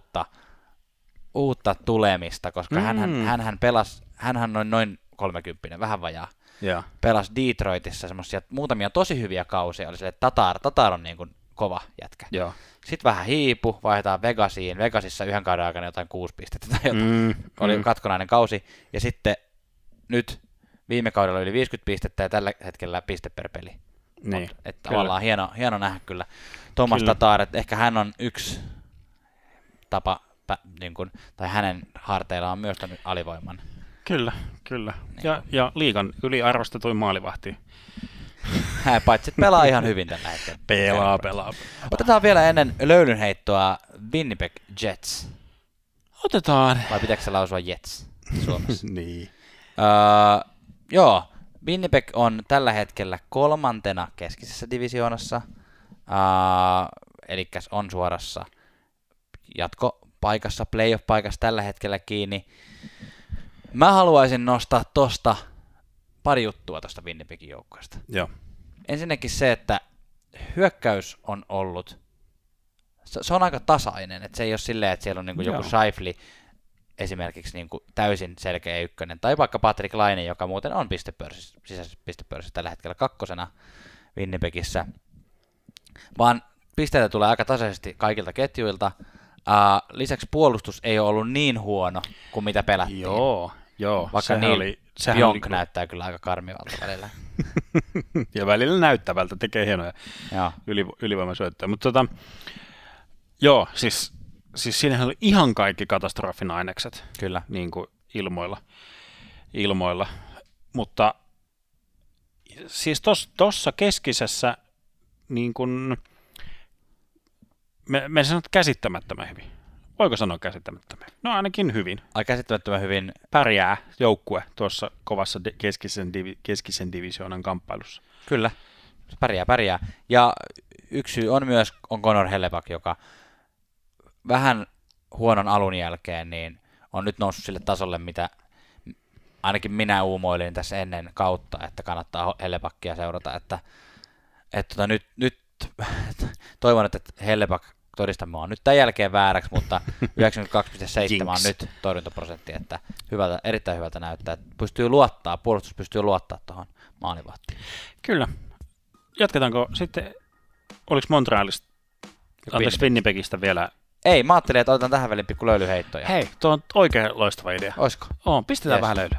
uutta tulemista, koska hänhän pelasi, hänhän on noin 30, vähän vajaa.
Ja.
Pelasi Detroitissa semmoisia muutamia tosi hyviä kausia, oli silleen, että Tatar on niin kuin kova jätkä.
Joo.
Sitten vähän hiipu, vaihdetaan Vegasiin. Vegasissa yhden kauden aikana jotain 6 pistettä tai jotain. Oli katkonainen kausi. Ja sitten nyt viime kaudella yli 50 pistettä ja tällä hetkellä piste per peli.
Niin,
että tavallaan hieno nähdä kyllä Thomas Tatar, että ehkä hän on yksi tapa, niin kun, tai hänen harteillaan on myös tämän alivoiman.
Kyllä. Niin. Ja liigan yliarvostetuin maalivahti.
Paitsi että pelaa ihan hyvin tällä hetkellä.
Pelaa.
Otetaan vielä ennen löylynheittoa Winnipeg Jets.
Otetaan.
Vai pitääkö se lausua Jets Suomessa?
Niin.
Joo, Winnipeg on tällä hetkellä 3. keskisessä divisioonassa, eli on suorassa paikassa, playoff-paikassa tällä hetkellä kiinni. Mä haluaisin nostaa tosta pari juttua tuosta Winnipegin joukkueesta.
Joo.
Ensinnäkin se, että hyökkäys on ollut, se on aika tasainen, että se ei ole silleen, että siellä on niinku joku Scheifele esimerkiksi niinku täysin selkeä ykkönen, tai vaikka Patrick Laine, joka muuten on sisäisessä pistepörssissä tällä hetkellä 2. Winnipegissä, vaan pisteitä tulee aika tasaisesti kaikilta ketjuilta. Lisäksi puolustus ei ole ollut niin huono kuin mitä pelättiin.
Joo.
Vaikka Jonk näyttää kyllä aika karmivalta välillä.
Ja välillä näyttävältä, tekee hienoja ylivoimasyöttöjä. Mutta siis siinähän oli ihan kaikki katastrofin ainekset.
Kyllä.
Niin kuin ilmoilla. Mutta siis tuossa keskisessä niin kuin me sanot käsittämättömän hyvin. Voiko sanoa käsittämättömän? No ainakin hyvin.
Käsittämättömän hyvin.
Pärjää joukkue tuossa kovassa keskisen divisioonan kamppailussa.
Kyllä, pärjää. Ja yksi syy on Connor Hellebuyck, joka vähän huonon alun jälkeen niin on nyt noussut sille tasolle, mitä ainakin minä uumoilin tässä ennen kautta, että kannattaa Hellebuyckia seurata. Että nyt toivon, että Hellebuyck todista mua nyt tämän jälkeen vääräksi, mutta 92,7 on nyt torjuntaprosentti, että erittäin hyvältä näyttää. Puolustus pystyy luottaa tuohon maalivahtiin.
Kyllä. Jatketaanko sitten, oliko Montrealista, Winnipegistä vielä?
Ei, mä ajattelin, että otetaan tähän väliin pikku löylyheittoja.
Hei, tuo on oikein loistava idea.
Oisko?
Pistetään vähän löylyä.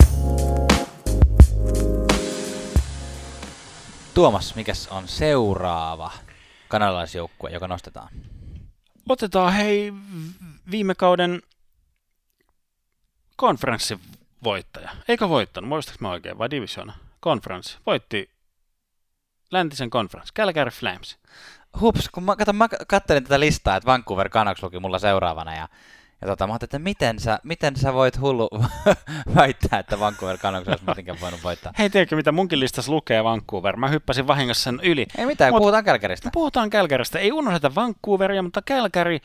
Tuomas, mikäs on seuraava kanadalaisjoukkue, joka nostetaan?
Otetaan viime kauden konferenssin voittaja. Eikö voittanut? Muistatko mä oikein? Vai divisiona? Konferenssi. Voitti läntisen konferenssi. Calgary Flames.
Hups, kun mä katselin tätä listaa, että Vancouver Canucks luki mulla seuraavana ja mä ajattelin, että miten sä voit hullu väittää, että Vancouver Canucks olisi mitenkään voinut voittaa.
Hei, tiedätkö mitä munkin listassa lukee Vancouver? Mä hyppäsin vahingossa sen yli.
Ei mitään, puhutaan Calgarysta.
Puhutaan Calgarysta. Ei unohdeta Vancouveria, mutta Calgary...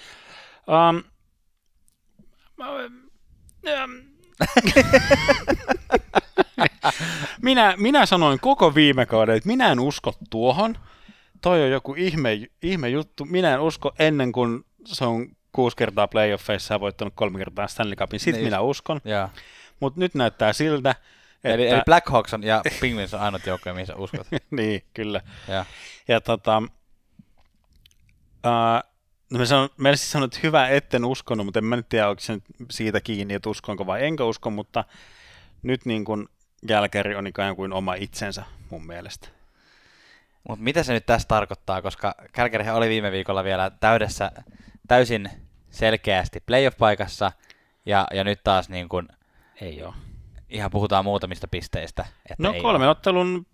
minä sanoin koko viime kauden, että minä en usko tuohon. Toi on joku ihme juttu. Minä en usko ennen kuin se on 6 kertaa playoffeissa ja voittanut 3 kertaa Stanley Cupin. Sitten niin. Minä uskon. Mutta nyt näyttää siltä, että...
Eli Blackhawks ja Penguins on ainut joukkoja, mihin sä uskot.
Niin, kyllä.
Ja
mä siis sanoin, että hyvä, etten uskonut, mutta en mä nyt tiedä, onko se siitä kiinni, että uskonko vai enkä usko, mutta nyt niin kuin Calgary on ikään kuin oma itsensä mun mielestä.
Mutta mitä se nyt tässä tarkoittaa, koska Calgary oli viime viikolla vielä täysin selkeästi playoff-paikassa, ja nyt taas niin kuin
ei ole.
Ihan puhutaan muutamista pisteistä. Että
no 3 ottelun,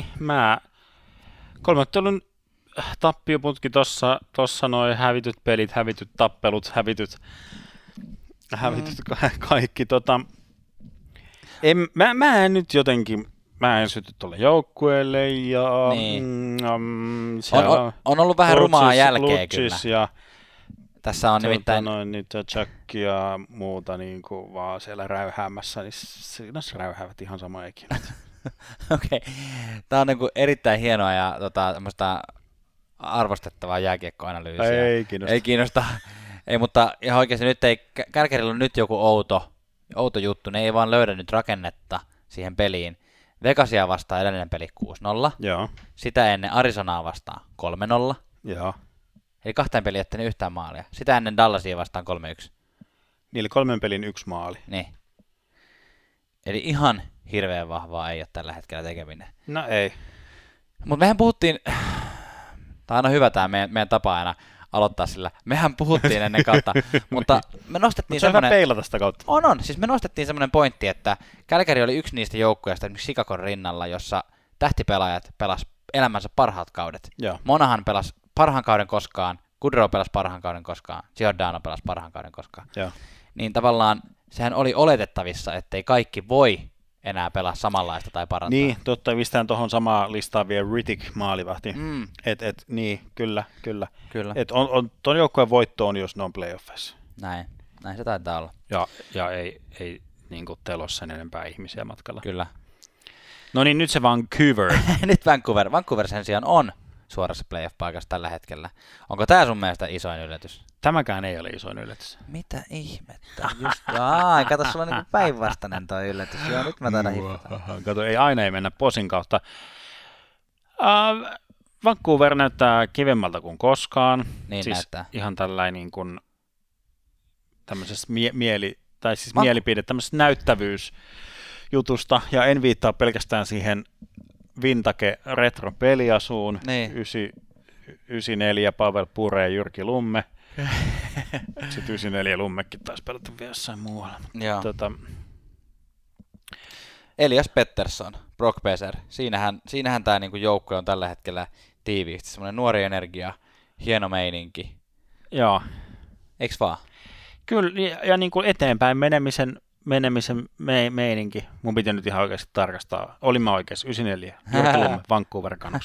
tappioputki tossa noi hävityt pelit, hävityt tappelut, hävityt kaikki. Mä en nyt jotenkin... Mä en syty tuolle joukkueelle ja...
Niin. On ollut vähän rumaa jälkeä kyllä.
Ja
tässä on nimittäin...
niitä Jack ja muuta niin kuin vaan siellä räyhäämässä, niin siinä räyhäävät ihan sama ikinä.
Okei. Tää on niin kuin erittäin hienoa ja arvostettavaa jääkiekkoanalyysiä. Ei kiinnosta. Ei, mutta ihan oikeasti nyt Calgarylla on nyt joku outo juttu. Ne ei vaan löydä nyt rakennetta siihen peliin. Vegasia vastaan edellinen peli 6-0.
Joo.
Sitä ennen Arizonaa vastaan 3-0.
Joo.
Eli 2 peliä ettei yhtään maalia. Sitä ennen Dallasia vastaan 3-1.
Niillä 3 pelin 1 maali.
Niin. Eli ihan hirveän vahvaa ei ole tällä hetkellä tekeminen.
No ei.
Mutta mehän puhuttiin, tämä on aina hyvä tämä meidän tapa aina aloittaa sillä. Mehän puhuttiin ennen kautta, mutta me nostettiin semmoinen...
Se on hyvä peilata sitä kautta.
On. Siis me nostettiin semmoinen pointti, että Calgary oli yksi niistä joukkueista, esimerkiksi Chicagon rinnalla, jossa tähtipelaajat pelas elämänsä parhaat kaudet.
Joo.
Monahan pelasi parhaan kauden koskaan, Goodrow pelasi parhaan kauden koskaan, Giordano pelasi parhaan kauden koskaan.
Joo.
Niin tavallaan sehän oli oletettavissa, ettei kaikki voi enää pelaa samanlaista tai parantaa.
Niin, totta, pistään tuohon samaan listaan vielä Rittick maalivahti. Niin, kyllä. Et ton joukkueen voitto on, jos ne on playoffissa.
Näin se taitaa olla.
Ja ei niin kuin telossa sen enempää ihmisiä matkalla.
Kyllä.
No niin, nyt se Vancouver.
Nyt Vancouver sen sijaan on suorassa playoff-paikassa tällä hetkellä. Onko tämä sun mielestä isoin yllätys?
Tämäkään ei ole isoin yllätys.
Mitä ihmettä? Kato, sulla on niin päinvastainen toi yllätys. Joo, nyt mä taidan hiffata.
Kato, aina ei mennä posin kautta. Vancouver näyttää kivemmältä kuin koskaan.
Niin
siis
näyttää.
Ihan tällainen niin kuin tämmöisessä mielipide, tämmöisessä näyttävyysjutusta. Ja en viittaa pelkästään siihen vintage retro peliasuun.
Niin.
94 Pavel Pure ja Jyrki Lumme. Sitten 94 Lummekin taisi pelata vielä jossain muualla.
Joo. Elias Pettersson, Brock Besser. Siinähän tämä niinku joukkue on tällä hetkellä tiiviisti. Semmoinen nuori energia, hieno meininki.
Joo.
Eiks vaan?
Kyllä, ja niin kuin eteenpäin menemisen meininki. Mun piti nyt ihan oikeasti tarkastaa. Olin mä oikeassa, 94, Jyrki Lumme, Vancouver Canucks.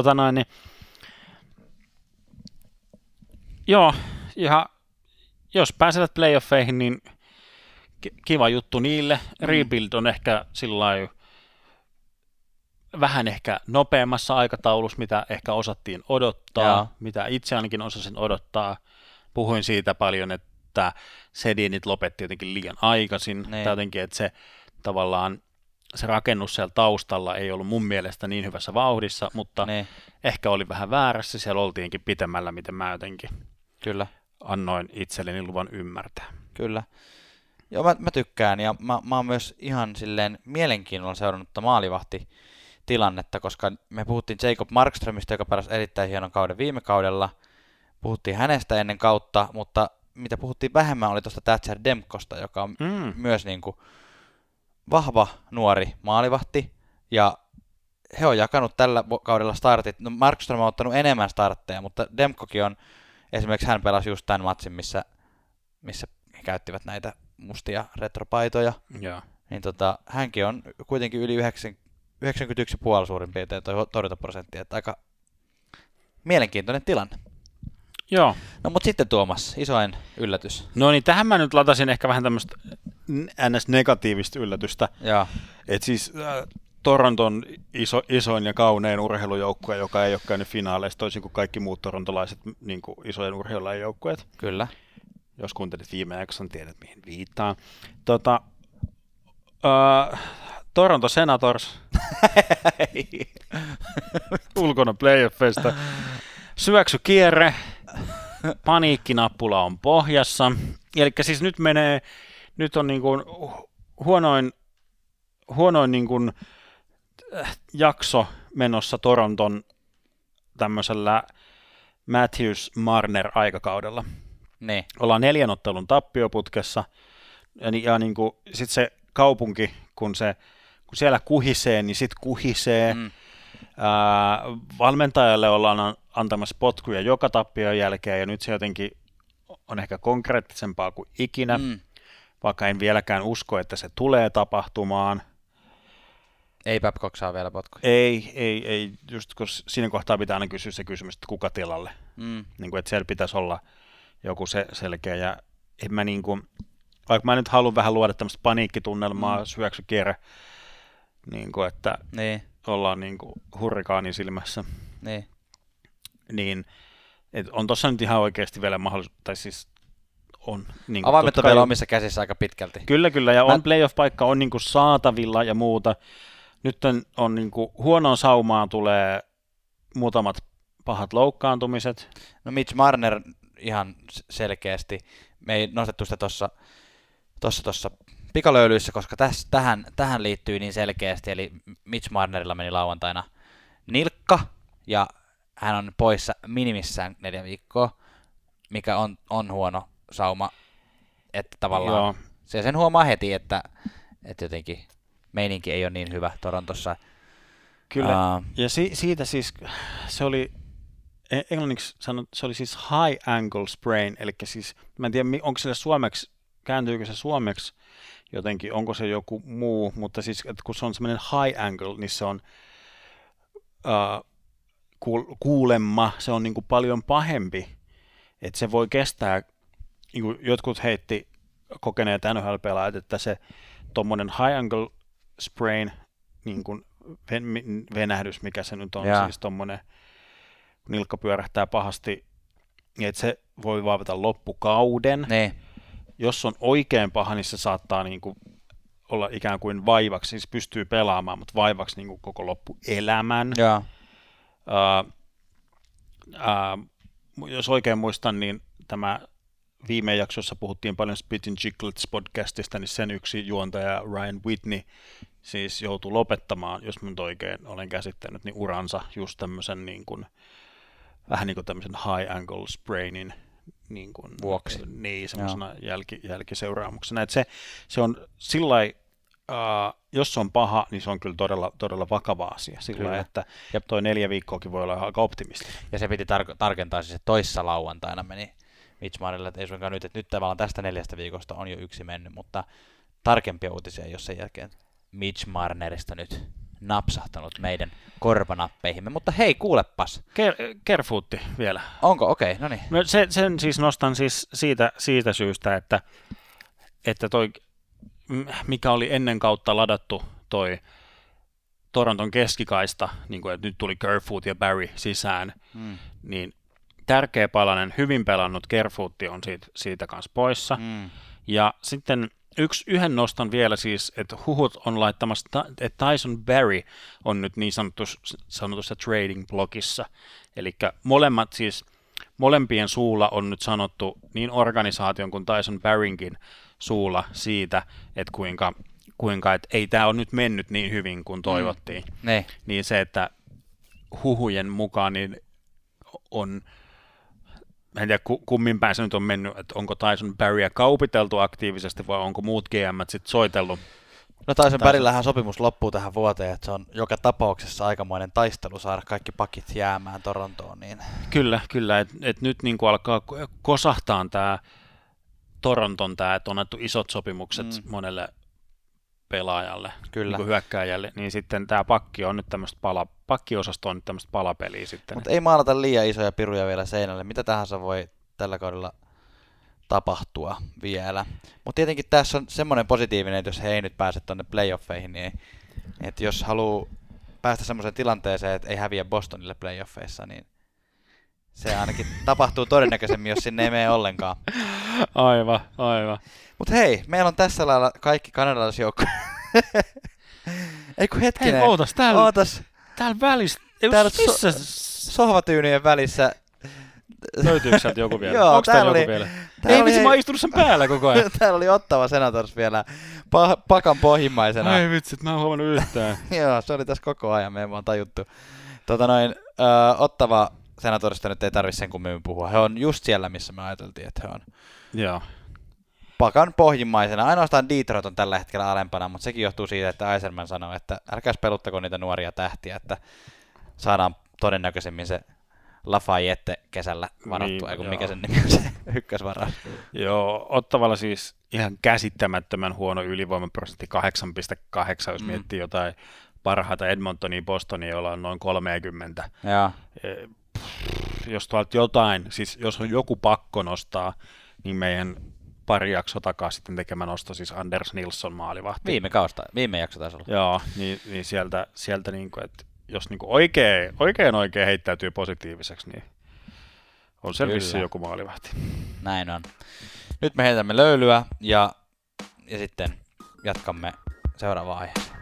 Joo, ja jos pääsevät playoffeihin, niin kiva juttu niille. Rebuild on ehkä sillai vähän ehkä nopeammassa aikataulussa, mitä ehkä osattiin odottaa, mitä itse ainakin osasin odottaa. Puhuin siitä paljon, että Sedinit lopetti jotenkin liian aikaisin, tai jotenkin, että se tavallaan se rakennus siellä taustalla ei ollut mun mielestä niin hyvässä vauhdissa, mutta ehkä oli vähän väärässä, siellä oltiinkin pitemmällä, miten mä jotenkin annoin itselleni luvan ymmärtää.
Kyllä. Joo, mä tykkään, ja mä oon myös ihan silleen mielenkiinnolla seurannut maalivahti-tilannetta, koska me puhuttiin Jacob Markströmistä, joka pääsi erittäin hienon kauden viime kaudella. Puhuttiin hänestä ennen kautta, mutta mitä puhuttiin vähemmän oli tuosta Thatcher Demkosta, joka on myös niin kuin vahva nuori maalivahti, ja he on jakanut tällä kaudella startit. No Markström on ottanut enemmän startteja, mutta Demkokin on, esimerkiksi hän pelasi just tämän matsin, missä he käyttivät näitä mustia retropaitoja, niin hänkin on kuitenkin yli 91,5 suurin piirtein torjuntaprosenttia, että aika mielenkiintoinen tilanne.
Joo.
No mutta sitten Tuomas, isoin yllätys.
No niin, tähän mä nyt latasin ehkä vähän tämmöistä NS-negatiivista yllätystä. Että siis Toronton isoin ja kaunein urheilujoukkue, joka ei ole käynyt finaaleissa, toisin kuin kaikki muut torontolaiset niin kuin isojen urheilulajien joukkueet.
Kyllä.
Jos kuuntelit viime jakson, tiedät mihin viittaan. Toronto Senators ulkona playoffeista. Syöksykierre, paniikkinappula on pohjassa. Eli siis nyt on niin kuin huonoin niin kuin jakso menossa Toronton tämmöisellä Matthews-Marner-aikakaudella.
Niin.
Ollaan 4 ottelun tappioputkessa, ja niin kuin sit se kaupunki, kun siellä kuhisee, niin sit kuhisee. Valmentajalle ollaan antamassa potkuja joka tappion jälkeen, ja nyt se jotenkin on ehkä konkreettisempaa kuin ikinä, vaikka en vieläkään usko, että se tulee tapahtumaan.
Ei Babcock saa vielä potkuja.
Ei, just kun siinä kohtaa pitää aina kysyä se kysymys, että kuka tilalle. Niin kuin, että siellä pitäisi olla joku selkeä, ja en mä niin kuin, vaikka mä nyt haluan vähän luoda tämmöistä paniikkitunnelmaa, syöksykierre, niin kuin, että ollaan niin kuin hurrikaanin silmässä, niin on tossa nyt ihan oikeasti vielä mahdollisuus, tai siis on. Niin kuin,
avaimet on vielä omissa käsissä aika pitkälti.
Kyllä, ja on playoff-paikka on niin kuin saatavilla ja muuta. Nyt on niin kuin huonoon saumaan tulee muutamat pahat loukkaantumiset.
No Mitch Marner ihan selkeästi. Me ei nostettu sitä tuossa pikalöylyissä, koska tähän liittyy niin selkeästi. Eli Mitch Marnerilla meni lauantaina nilkka, ja hän on poissa minimissään 4 viikkoa, mikä on huono sauma. Että tavallaan se sen huomaa heti, että jotenkin meininki ei ole niin hyvä Torontossa.
Kyllä, ja siitä siis se oli englanniksi sanottu, se oli siis high ankle sprain, eli siis mä en tiedä, onko se suomeksi, kääntyykö se suomeksi jotenkin, onko se joku muu, mutta siis että kun se on semmoinen high ankle, niin se on kuulemma, se on niin kuin paljon pahempi, että se voi kestää niin kuin jotkut heitti kokeneet NHL-pelaajat, että se tuommoinen high angle sprain, niin kuin venähdys, mikä se nyt on, siis tuommoinen, kun nilkka pyörähtää pahasti, niin että se voi vaivata loppukauden.
Ne. Jos
on oikein paha, niin se saattaa niin kuin olla ikään kuin vaivaksi, siis pystyy pelaamaan, mutta vaivaksi niin kuin koko loppuelämän. Jos oikein muistan, niin tämä viime jaksossa puhuttiin paljon Spit and Chicklets podcastista, niin sen yksi juontaja Ryan Whitney siis joutui lopettamaan, jos nyt oikein olen käsittänyt, niin uransa just tämmöisen niin kuin, vähän niin kuin tämmöisen high angle sprainin niin kuin,
vuoksi.
Niin, semmoisena jälkiseuraamuksena. Että se on sillai, jos se on paha, niin se on kyllä todella, todella vakava asia. Sillai, että toi 4 viikkoakin voi olla aika optimistinen.
Ja se piti tarkentaa siis, että toissa lauantaina meni Mitch Marnerille, että ei suinkaan nyt, että nyt tavallaan tästä 4 viikosta on jo 1 mennyt, mutta tarkempia uutisia, jos sen jälkeen Mitch Marnerista nyt napsahtanut meidän korvanappeihimme. Mutta hei, kuulepas.
Kerfootti vielä.
Onko? Okei, no niin.
Sen siis nostan siis siitä syystä, että toi, mikä oli ennen kautta ladattu toi Toronton keskikaista, niin kuin, että nyt tuli Kerfoot ja Barry sisään, niin tärkeä palanen, hyvin pelannut Kerfootti on siitä kanssa poissa. Ja sitten yhden nostan vielä siis, että huhut on laittamassa, että Tyson Barrie on nyt niin sanotussa trading blogissa. Eli molempien suulla on nyt sanottu niin organisaation kuin Tyson Barrienkin suulla siitä, että kuinka että ei tämä ole nyt mennyt niin hyvin kuin toivottiin. Niin se, että huhujen mukaan niin on, en tiedä kummin päin se nyt on mennyt, että onko Tyson Barriea kaupiteltu aktiivisesti vai onko muut GM:t sitten soitellut.
No Tyson Barriellähän sopimus loppuu tähän vuoteen, että se on joka tapauksessa aikamoinen taistelu saada kaikki pakit jäämään Torontoon. Niin.
Kyllä, että nyt niin kuin alkaa kosahtaa tämä Toronton että on annettu isot sopimukset monelle pelaajalle, niin hyökkääjälle, niin sitten tämä pakkiosasto on nyt tämmöistä palapeliä sitten.
Mutta ei maalata liian isoja piruja vielä seinälle, mitä tahansa voi tällä kaudella tapahtua vielä. Mutta tietenkin tässä on semmoinen positiivinen, että jos he ei nyt pääse tuonne playoffeihin, niin että jos haluaa päästä semmoiseen tilanteeseen, että ei häviä Bostonille playoffeissa, niin se ainakin tapahtuu todennäköisemmin, jos sinne ei mene ollenkaan.
Aivan.
Mutta hei, meillä on tässä lailla kaikki kanadalaisjoukkoja. Ei kun hetkinen.
Hei, ootas. Täällä välissä.
Täällä sohvatyynyjen välissä.
Löytyykö sieltä joku vielä?
Joo,
onko täällä joku vielä? Ei vitsi, mä oon istunut sen päällä koko ajan.
Täällä oli Ottawa Senators vielä pakan pohjimmaisena.
Ei vitsi, mä en huomannut yhtään.
Joo, se oli tässä koko ajan, me ei vaan tajuttu. Ottawa Senatorista nyt ei tarvitse sen kummemmin puhua. He on just siellä, missä me ajateltiin, että he on.
Joo.
Pakan pohjimmaisena. Ainoastaan Detroit on tällä hetkellä alempana, mutta sekin johtuu siitä, että Eiserman sanoi, että älkääs peluttako niitä nuoria tähtiä, että saadaan todennäköisemmin se Lafayette kesällä varattua, niin, mikä sen nimi on se ykkösvaraus.
Joo, Ottavalla siis ihan käsittämättömän huono ylivoimaprosentti 8,8, jos miettii jotain parhaita Edmontonia, Bostonia, joilla on noin 30.
Joo.
Jos tuolta jotain, siis jos on joku pakko nostaa, niin meidän pari jaksoa takaa sitten tekemä nosto, siis Anders Nilsson maalivahti.
Viime jakso taisi olla.
Joo, niin sieltä niin kuin, että jos niin kuin oikein heittäytyy positiiviseksi, niin on se vissiin joku maalivahti.
Näin on. Nyt me heitämme löylyä ja sitten jatkamme seuraavaan aiheeseen.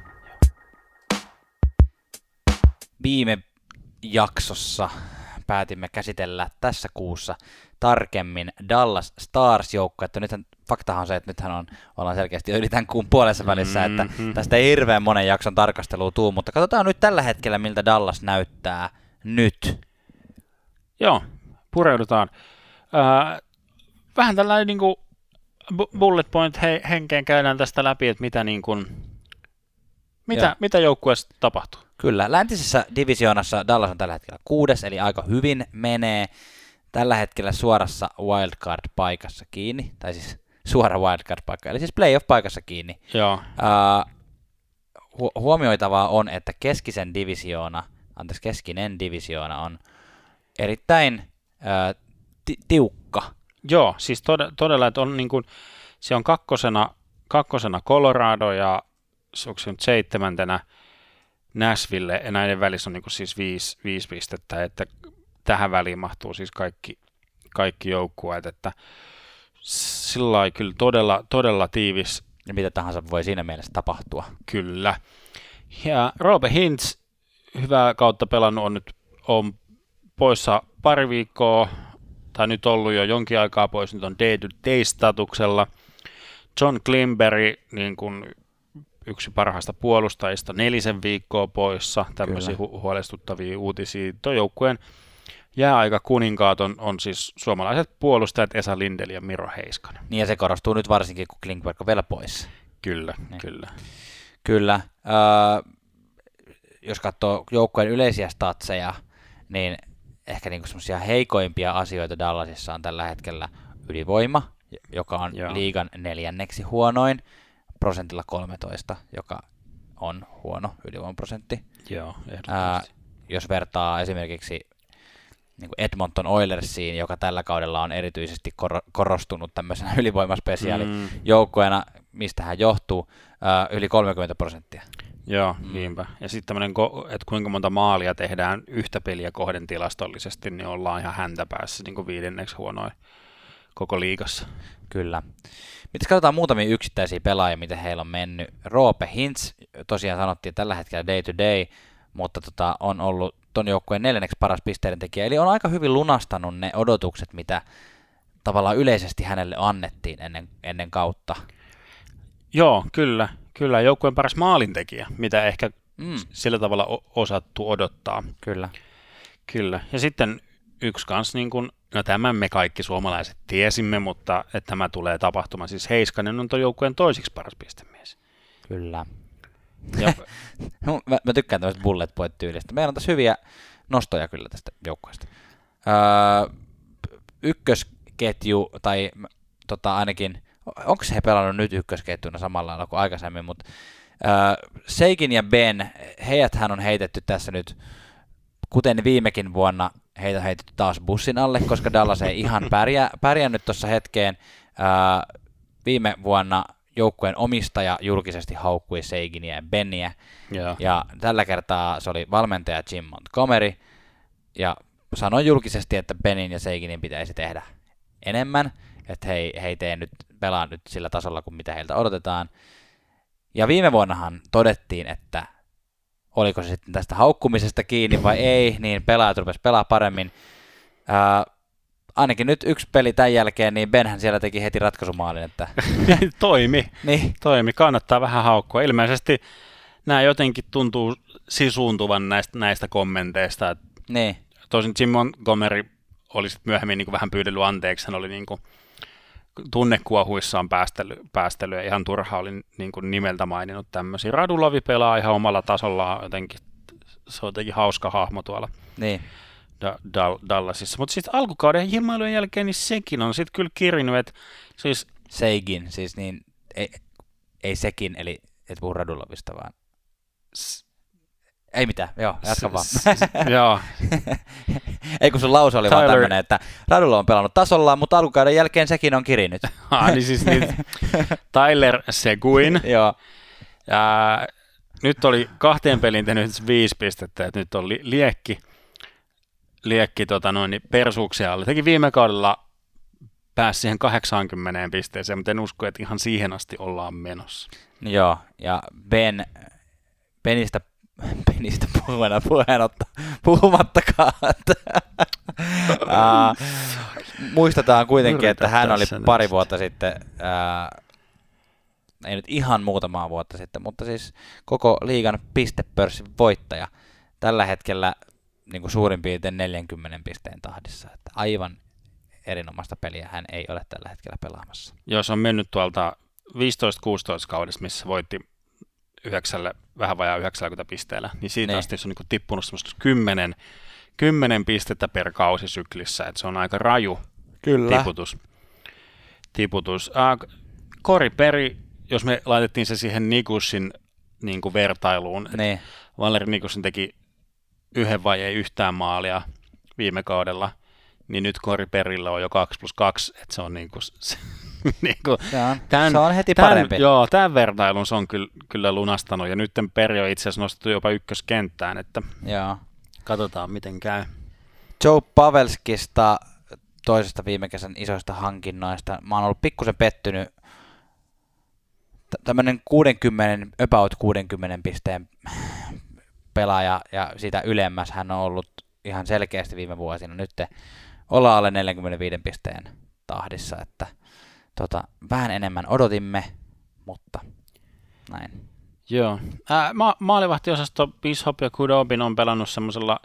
Viime jaksossa päätimme käsitellä tässä kuussa tarkemmin Dallas Stars-joukkoa, että nythän faktahan on se, että nythän ollaan selkeästi yli tämän kuun puolessa välissä, että tästä ei hirveän monen jakson tarkastelua tuu, mutta katsotaan nyt tällä hetkellä, miltä Dallas näyttää nyt.
Joo, pureudutaan. Vähän tällainen niin kuin bullet point henkeen käydään tästä läpi, että mitä joukkueessa tapahtuu.
Kyllä, läntisessä divisioonassa Dallas on tällä hetkellä 6, eli aika hyvin menee. Tällä hetkellä suorassa wildcard-paikassa kiinni, tai siis suora wildcard-paikka, eli siis playoff-paikassa kiinni.
Joo.
Huomioitavaa on, että keskinen divisioona on erittäin tiukka.
Joo, siis todella, että on niin kuin, se on kakkosena Colorado ja onko se nyt 7. Nashville, ja näiden välissä on niin kuin siis 5 pistettä, että tähän väliin mahtuu siis kaikki joukkueet, että sillä lailla kyllä todella tiivis.
Ja mitä tahansa voi siinä mielessä tapahtua.
Kyllä. Ja Roope Hintz, hyvää kautta pelannut, on poissa pari viikkoa, tai nyt ollut jo jonkin aikaa pois, nyt on day-to-day-statuksella. John Klingberg, niin kuin yksi parhaista puolustajista, 4 viikkoa poissa, tämmöisiä huolestuttavia uutisia. Tuo joukkueen jääaika kuninkaat on siis suomalaiset puolustajat Esa Lindell ja Miro Heiskanen.
Niin ja se korostuu nyt varsinkin, kun Klingberg on vielä pois.
Kyllä,
niin.
Kyllä.
Jos katsoo joukkueen yleisiä statseja, niin ehkä niinku semmoisia heikoimpia asioita Dallasissa on tällä hetkellä ylivoima, joka on liigan 4. huonoin, prosentilla 13, joka on huono ylivoimaprosentti.
Joo, ehdottomasti.
Jos vertaa esimerkiksi niin kuin Edmonton Oilersiin, joka tällä kaudella on erityisesti korostunut tämmöisenä ylivoimaspesiaalijoukkueena, mistä hän johtuu, yli 30%.
Joo, niinpä. Ja sitten tämmöinen, että kuinka monta maalia tehdään yhtä peliä kohden tilastollisesti, niin ollaan ihan häntä päässä niin kuin 5. huonoin koko liigassa.
Kyllä. Mitä katsotaan muutamia yksittäisiä pelaajia, miten heillä on mennyt. Roope Hintz, tosiaan sanottiin tällä hetkellä day to day, mutta on ollut ton joukkueen 4. paras pisteiden tekijä, eli on aika hyvin lunastanut ne odotukset, mitä tavallaan yleisesti hänelle annettiin ennen kautta.
Joo, kyllä. Joukkueen paras maalintekijä, mitä ehkä sillä tavalla osattu odottaa. Kyllä. Ja sitten yksi kanssa, niin kuin, no tämän me kaikki suomalaiset tiesimme, mutta että tämä tulee tapahtumaan. Siis Heiskanen on tuon joukkueen toisiksi paras pistemies.
Kyllä. No, mä tykkään tämmöistä bullet point-tyylistä. Meillä on tässä hyviä nostoja kyllä tästä joukkueesta. Ykkösketju, tai ainakin, onko he pelannut nyt ykkösketjuna samalla lailla kuin aikaisemmin, mutta Seguin ja Ben, heidäthän on heitetty tässä nyt, kuten viimekin vuonna, heitä on heitetty taas bussin alle, koska Dallas ei ihan pärjännyt tuossa hetkeen. Viime vuonna joukkueen omistaja julkisesti haukkui Seguinia ja Benniä, ja tällä kertaa se oli valmentaja Jim Montgomery, ja sanoi julkisesti, että Benin ja Seguinin pitäisi tehdä enemmän, että he ei pelaa nyt sillä tasolla kuin mitä heiltä odotetaan. Ja viime vuonnahan todettiin, että oliko se sitten tästä haukkumisesta kiinni vai ei, niin pelaajat rupesivat pelaamaan paremmin. Ainakin nyt yksi peli tämän jälkeen, niin Benhän siellä teki heti ratkaisumaalin. Että
Toimi. Kannattaa vähän haukkua. Ilmeisesti nämä jotenkin tuntuu sisuuntuvan näistä kommenteista.
Niin.
Tosin Jim Montgomery oli sitten myöhemmin niin kuin vähän pyydellyt anteeksi. Hän oli niin kuin tunnekuohuissaan päästely ja ihan turha oli niin kuin nimeltä maininnut tämmöisiä. Radulovi pelaa ihan omalla tasollaan jotenkin. Se on jotenkin hauska hahmo tuolla.
Niin.
Dallasissa. Mutta sitten alkukauden himailujen jälkeen niin sekin on sitten kyllä kirjannut, että siis
Seguin, siis niin, ei sekin, eli et puhu Radulovista vaan. Ei mitään, joo, jatka vaan.
Joo.
Ei kun sun lause oli vaan tämmönen, että Radulov on pelannut tasollaan, mutta alkukauden jälkeen sekin on kirinyt.
Niin siis Tyler Seguin.
Joo.
Ja nyt oli 2 peliin tehnyt 5 pistettä, että nyt on liekki persuuksia alle. Teki viime kaudella pääsi siihen 80 pisteeseen, mutta en usko, että ihan siihen asti ollaan menossa.
Joo, ja Benistä puhumattakaan. Muistetaan kuitenkin, että hän oli pari vuotta sitten, ei nyt ihan muutamaa vuotta sitten, mutta siis koko liigan pistepörssin voittaja. Tällä hetkellä niin kuin suurin piirtein 40 pisteen tahdissa. Että aivan erinomaista peliä hän ei ole tällä hetkellä pelaamassa.
Jos on mennyt tuolta 15-16 kaudesta, missä voitti vähän vajaa 90 pisteellä, niin siitä asti se on niin tippunut semmoista 10 pistettä per kausi syklissä, että se on aika raju tiputus. Corey Perry, jos me laitettiin se siihen Nikusin niin kuin vertailuun, että Valeri Nikusin teki 1 vai ei yhtään maalia viime kaudella, niin nyt Corey Perryllä on jo 2+2, että se on niinku
se on heti parempi.
Joo, tämän vertailun se on kyllä lunastanut, ja nyt Perry on itse asiassa nostettu jopa ykköskenttään, että
joo.
Katsotaan miten käy.
Joe Pavelskista, toisesta viime kesän isoista hankinnoista, mä oon ollut pikkusen pettynyt. Tämmönen 60 pisteen pelaaja ja siitä ylemmäs hän on ollut ihan selkeästi viime vuosina. Nyt ollaan alle 45 pisteen tahdissa, että vähän enemmän odotimme, mutta näin.
Joo. Maalivahtiosasto Bishop ja Khudobin on pelannut semmoisella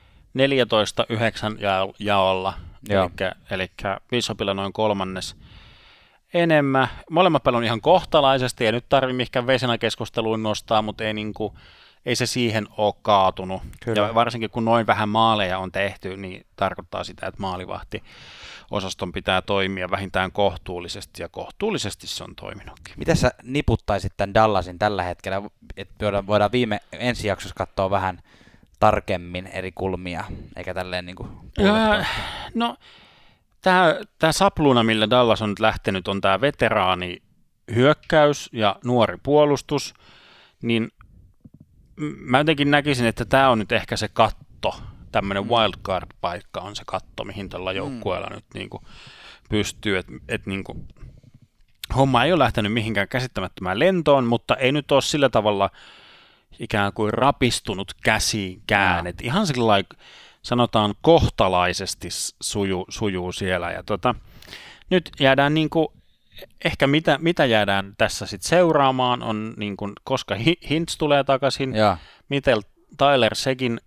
14-9 jaolla, eli Bishopilla noin kolmannes enemmän. Molemmat pelannut ihan kohtalaisesti, ja nyt tarvii mihinkään Vesina-keskusteluun nostaa, mutta ei se siihen ole kaatunut. Kyllä. Ja varsinkin kun noin vähän maaleja on tehty, niin tarkoittaa sitä, että maalivahtiosaston pitää toimia vähintään kohtuullisesti, ja kohtuullisesti se on toiminutkin.
Miten sä niputtaisit tämän Dallasin tällä hetkellä, että voidaan ensi jaksossa katsoa vähän tarkemmin eri kulmia, eikä tälleen niin kuin
no, tämä sapluuna, millä Dallas on nyt lähtenyt, on tämä veteraani hyökkäys ja nuori puolustus, niin mä jotenkin näkisin, että tämä on nyt ehkä se katto, tämmöinen wildcard-paikka on se katto, mihin tällä joukkueella nyt niinku pystyy, että niinku, homma ei ole lähtenyt mihinkään käsittämättömään lentoon, mutta ei nyt ole sillä tavalla ikään kuin rapistunut käsikään, että ihan sillä sanotaan kohtalaisesti sujuu siellä, ja nyt jäädään niinku, ehkä mitä jäädään tässä sitten seuraamaan on niinku, koska Hintz tulee takaisin, miten Tyler Seguin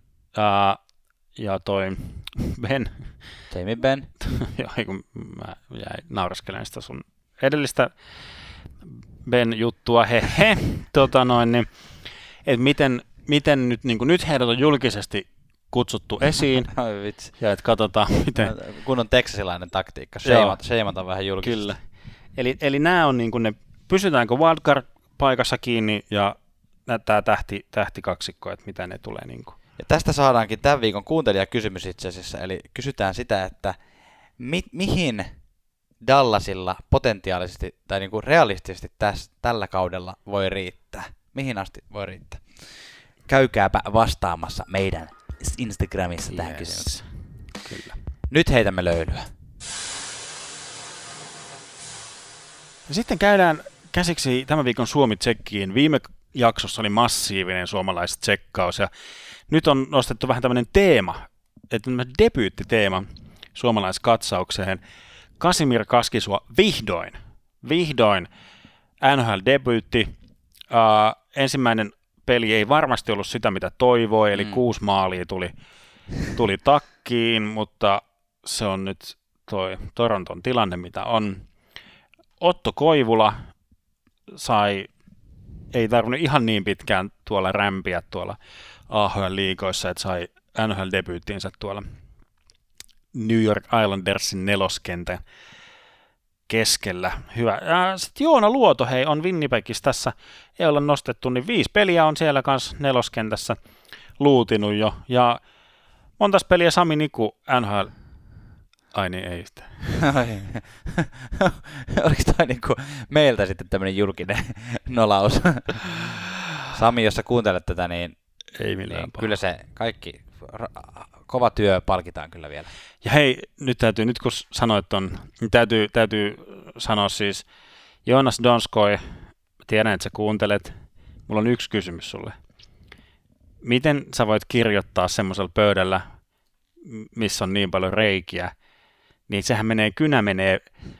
ja toi
Jamie Benn.
Joo, kun mä jäin nauraskelemaan sitä sun edellistä Ben-juttua, niin, että miten nyt, niin kuin, nyt heidät on julkisesti kutsuttu esiin, ja että katsotaan, miten
kunnon teksasilainen taktiikka, sheimata vähän julkisesti.
Kyllä. Eli nämä on niin kuin ne, pysytäänkö wildcard-paikassa kiinni, ja tämä tähtikaksikko, että mitä ne tulee niin kuin.
Ja tästä saadaankin tämän viikon kuuntelijakysymys itse asiassa, eli kysytään sitä, että mihin Dallasilla potentiaalisesti tai niin kuin realistisesti tällä kaudella voi riittää? Mihin asti voi riittää? Käykääpä vastaamassa meidän Instagramissa tähän kysymykseen.
Kyllä.
Nyt heitämme löylyä.
Ja sitten käydään käsiksi tämän viikon Suomi-tsekkiin. Viime jaksossa oli massiivinen suomalais-tsekkaus, ja nyt on nostettu vähän tämmöinen teema, että debyyttiteema suomalaiskatsaukseen. Kasimir Kaskisua vihdoin NHL-debyytti. Ensimmäinen peli ei varmasti ollut sitä, mitä toivoi, eli 6 maalia tuli takkiin, mutta se on nyt toi Toronton tilanne, mitä on. Otto Koivula ei tarvinnut ihan niin pitkään tuolla rämpiä tuolla AHL-liigoissa, että sai NHL-debyyttiinsä tuolla New York Islandersin neloskentän keskellä. Hyvä. Sitten Joona Luoto, on Winnipegissä tässä, ei olla nostettu, niin 5 peliä on siellä kanssa neloskentässä luutinut jo. Ja montas peliä Sami Niku NHL? Ai niin, ei sitä.
Oliko toi niinku meiltä sitten tämmöinen julkinen nolaus? Sami, jos sä kuuntelet tätä, niin,
ei
kyllä se kaikki kova työ palkitaan kyllä vielä.
Ja hei, nyt kun sanoit ton, niin täytyy sanoa siis, Joonas Donskoi, tiedän, että sä kuuntelet, mulla on yksi kysymys sulle. Miten sä voit kirjoittaa semmoisella pöydällä, missä on niin paljon reikiä, niin sehän kynä menee.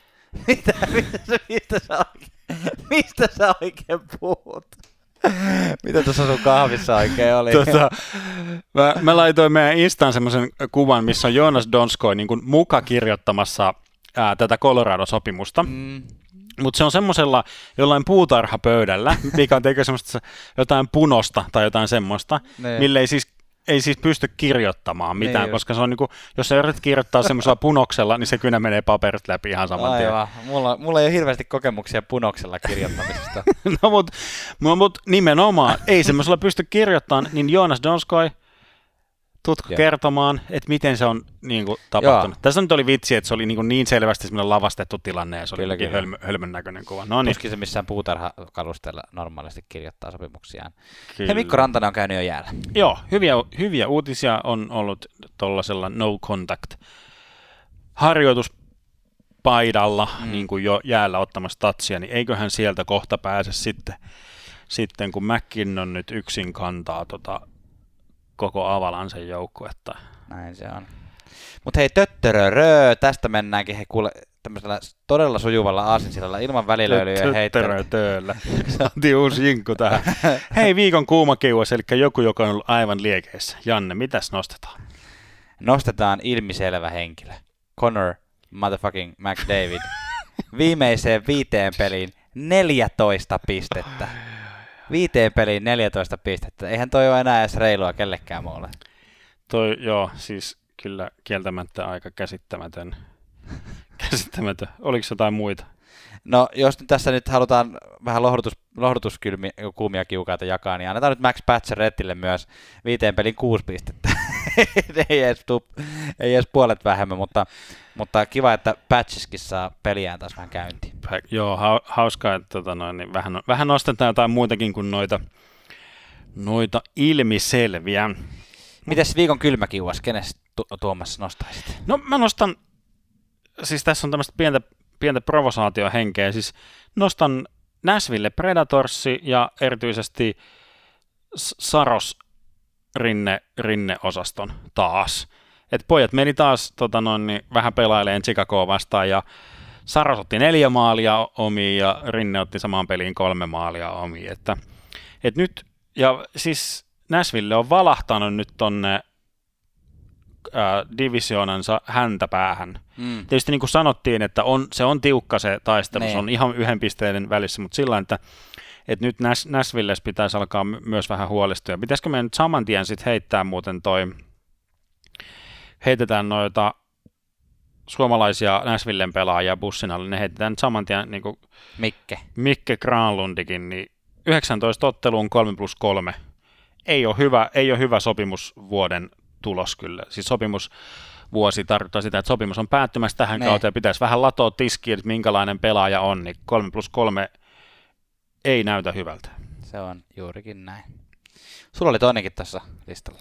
Mistä sä oikein puhut? Mitä tuossa sun kahvissa oikein oli?
Mä laitoin meidän Instaan semmoisen kuvan, missä on Joonas Donskoi niin kuin muka kirjoittamassa tätä Colorado-sopimusta. Mutta se on semmoisella jollain puutarhapöydällä, mikä on teikö semmoista jotain punosta tai jotain semmoista, mille ei siis pysty kirjoittamaan mitään, koska se on niinku, jos sä yrität kirjoittaa semmoisella punoksella, niin se kynä menee paperit läpi ihan saman tien.
Aivan. Mulla ei ole hirveästi kokemuksia punoksella kirjoittamisesta.
No mut nimenomaan, ei semmoisella pysty kirjoittamaan, niin Joonas Donskoi, Tuutko kertomaan, että miten se on niin kuin, tapahtunut? Tässä nyt oli vitsi, että se oli niin selvästi semmoinen lavastettu tilanne ja se oli hölmön näköinen kuva. No niin.
Tuskin se missään puutarhakalusteella normaalisti kirjoittaa sopimuksiaan. Hei, Mikko Rantanen on käynyt jo jäällä.
Joo, hyviä uutisia on ollut tuollaisella no contact harjoituspaidalla niin kuin jo jäällä ottamassa tatsia, niin eiköhän sieltä kohta pääse sitten kun McKinnon nyt yksin kantaa koko Avalansen joukkuetta.
Näin se on. Mutta hei, töttörörö, tästä mennäänkin tämmöisellä todella sujuvalla aasinsillalla ilman välilöilyjä heittelyä.
Töttörötöllä. Saatiin uusi jinkku tähän. Hei, viikon kuuma kiuas, eli joku, joka on ollut aivan liekeissä. Janne, mitäs nostetaan?
Nostetaan ilmiselvä henkilö. Connor motherfucking McDavid. Viimeiseen 5 peliin 14 pistettä. 5 peliin 14 pistettä. Eihän toi ole enää edes reilua kellekään muulle.
Siis kyllä kieltämättä aika käsittämätön. Oliko jotain muita?
No, jos tässä nyt halutaan vähän lohdutuskuumia kiukaita jakaa, niin annetaan nyt Max Paciorettille myös 5 pelin 6 pistettä. ei edes puolet vähemmän, mutta kiva, että Patcheskin saa peliään taas vähän käyntiin.
Joo, hauskaa, että niin vähän nostetaan jotain muitakin kuin noita ilmiselviä.
Mites viikon kylmäkiuas, kenes Tuomas nostaisit?
No mä nostan, siis tässä on tämmöistä pientä provosaatiohenkeä, siis nostan Nashville Predatorsi ja erityisesti Saros rinne-osaston taas. Et pojat meni taas vähän pelaileen Chicagoa vastaan ja Saros otti 4 maalia omiin ja Rinne otti samaan peliin 3 maalia omiin. Et nyt, ja siis Nashville on valahtanut nyt tonne divisioonansa häntäpäähän. Tietysti niin kuin sanottiin, että se on tiukka se taistelu, se on ihan 1 pisteen välissä, mutta sillä että nyt Nashvilles pitäisi alkaa myös vähän huolestua. Pitäisikö me nyt saman tien sitten heittää muuten heitetään noita suomalaisia Nashvillen pelaajia bussin alle, ne heitetään nyt saman tien niin kuin Mikke Granlundikin, niin 19 otteluun 3+3. Ei ole hyvä sopimusvuoden tulos kyllä. Siis sopimusvuosi tarkoittaa sitä, että sopimus on päättymässä tähän kauteen ja pitäisi vähän latoa tiskiin, että minkälainen pelaaja on, niin 3+3 ei näytä hyvältä.
Se on juurikin näin. Sulla oli toinenkin tässä listalla.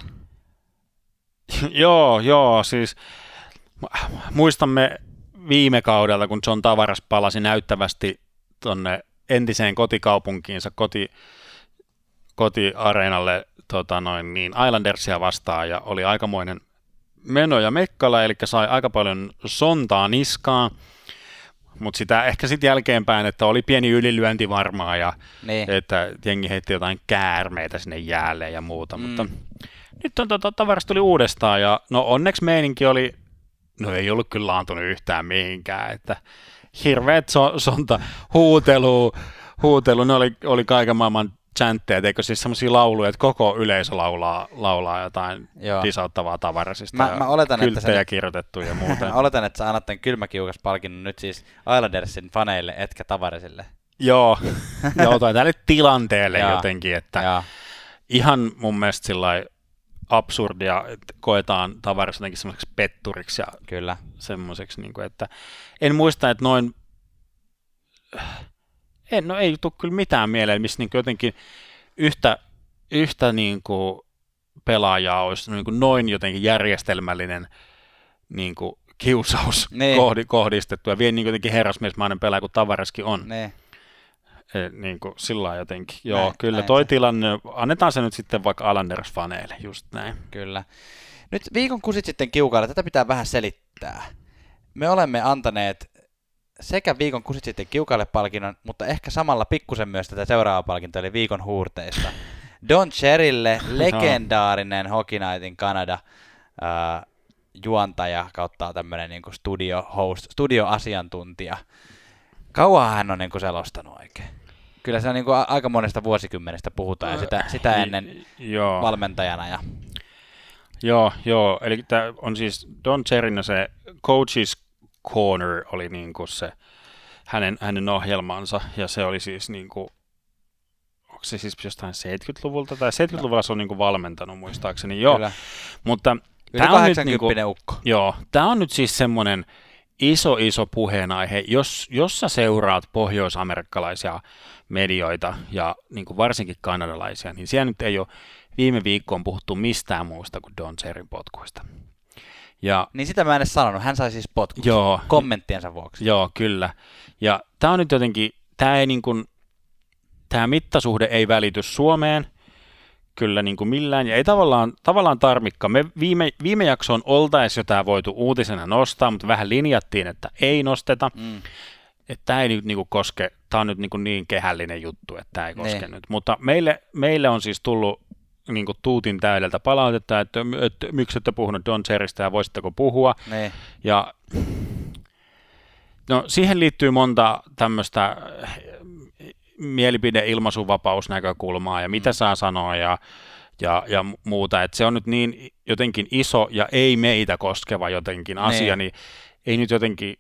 Joo, siis muistamme viime kaudelta, kun John Tavares palasi näyttävästi tuonne entiseen kotikaupunkiinsa, kotiareenalle Islandersia vastaan ja oli aikamoinen meno ja mekkala, eli sai aika paljon sontaa niskaan, mutta sitä ehkä sitten jälkeenpäin, että oli pieni ylilyönti varmaan ja että jengi heitti jotain käärmeitä sinne jäälle ja muuta, mutta nyt Tavares tuli uudestaan ja no onneksi meininki oli, no ei ollut kyllä laantunut yhtään mihinkään, että hirveät sonta huutelu, ne oli kaiken maailman chantteja, eikö siis semmoisia lauluja, että koko yleisö laulaa jotain disauttavaa Tavaresista
mä oletan,
kylttejä
että
kirjoitettu ja muuta.
Mä oletan, että sä annat tämän kylmäkiukas-palkinnon nyt siis Islandersin faneille etkä Tavaresille.
Joo, tai tälle tilanteelle jotenkin, että ihan mun mielestä sillai absurdia, että koetaan Tavares jotenkin semmoiseksi petturiksi ja
kyllä.
Semmoiseksi, niin kuin, että en muista, että noin ei tule kyllä mitään mieleen, missä niin jotenkin yhtä niin kuin pelaajaa olisi niin kuin noin jotenkin järjestelmällinen niin kuin kiusaus kohdistettu ja vielä niin jotenkin herrasmiesmainen pelaaja kuin Tavareskin on. Niin kuin sillä lailla jotenkin. Joo, näin, kyllä toi tilanne, annetaan se nyt sitten vaikka Islanders-faneille, just näin.
Kyllä. Nyt viikon kusit sitten kiukailla, tätä pitää vähän selittää. Me olemme antaneet sekä viikon kusit sitten kiukaille palkinnon, mutta ehkä samalla pikkusen myös tätä seuraavaa palkintoa, eli viikon huurteista. Don Cherrylle, legendaarinen Hockey Nightin Canada juontaja kautta tämmöinen niin kuin studioasiantuntija. Kauan hän on niin kuin selostanut oikein. Kyllä se on niin kuin aika monesta vuosikymmenestä puhutaan ja sitä ennen valmentajana. Ja
Joo, eli tämä on siis Don Cherryn se Coaches Corner oli niin kuin se hänen ohjelmansa ja se oli siis niin kuin, onko onko se siis jostain 70-luvulta, tai 70-luvulla se on niinku valmentanut muistaakseni, joo.
Kyllä.
Mutta
Yli 80 ukko.
Joo, tämä on nyt siis semmoinen iso puheenaihe, jos sä seuraat pohjoisamerikkalaisia medioita ja niin kuin varsinkin kanadalaisia, niin siellä nyt ei ole viime viikkoon puhuttu mistään muusta kuin Don Cherryn potkuista. Ja,
niin sitä mä en edes sanonut, hän sai siis potkut kommenttiensa vuoksi.
Joo, kyllä. Ja tämä on nyt jotenkin, tämä mittasuhde ei välity Suomeen, kyllä niin kuin millään, ja ei tavallaan tarvikka. Me viime jaksoon oltaisiin jo tämä voitu uutisena nostaa, mutta vähän linjattiin, että ei nosteta. Että tämä ei nyt niin kuin koske, tämä on nyt niin kehällinen juttu, että tämä ei koske nyt. Mutta meille on siis tullut niin kuin tuutin täydeltä palautetta, että miksi ette puhunut Don Cherrystä ja voisitteko puhua.
Ne. Ja
no, siihen liittyy monta tämmöistä mielipide-ilmaisuvapausnäkökulmaa ja mitä saa sanoa ja muuta, että se on nyt niin jotenkin iso ja ei meitä koskeva jotenkin asia, niin ei nyt jotenkin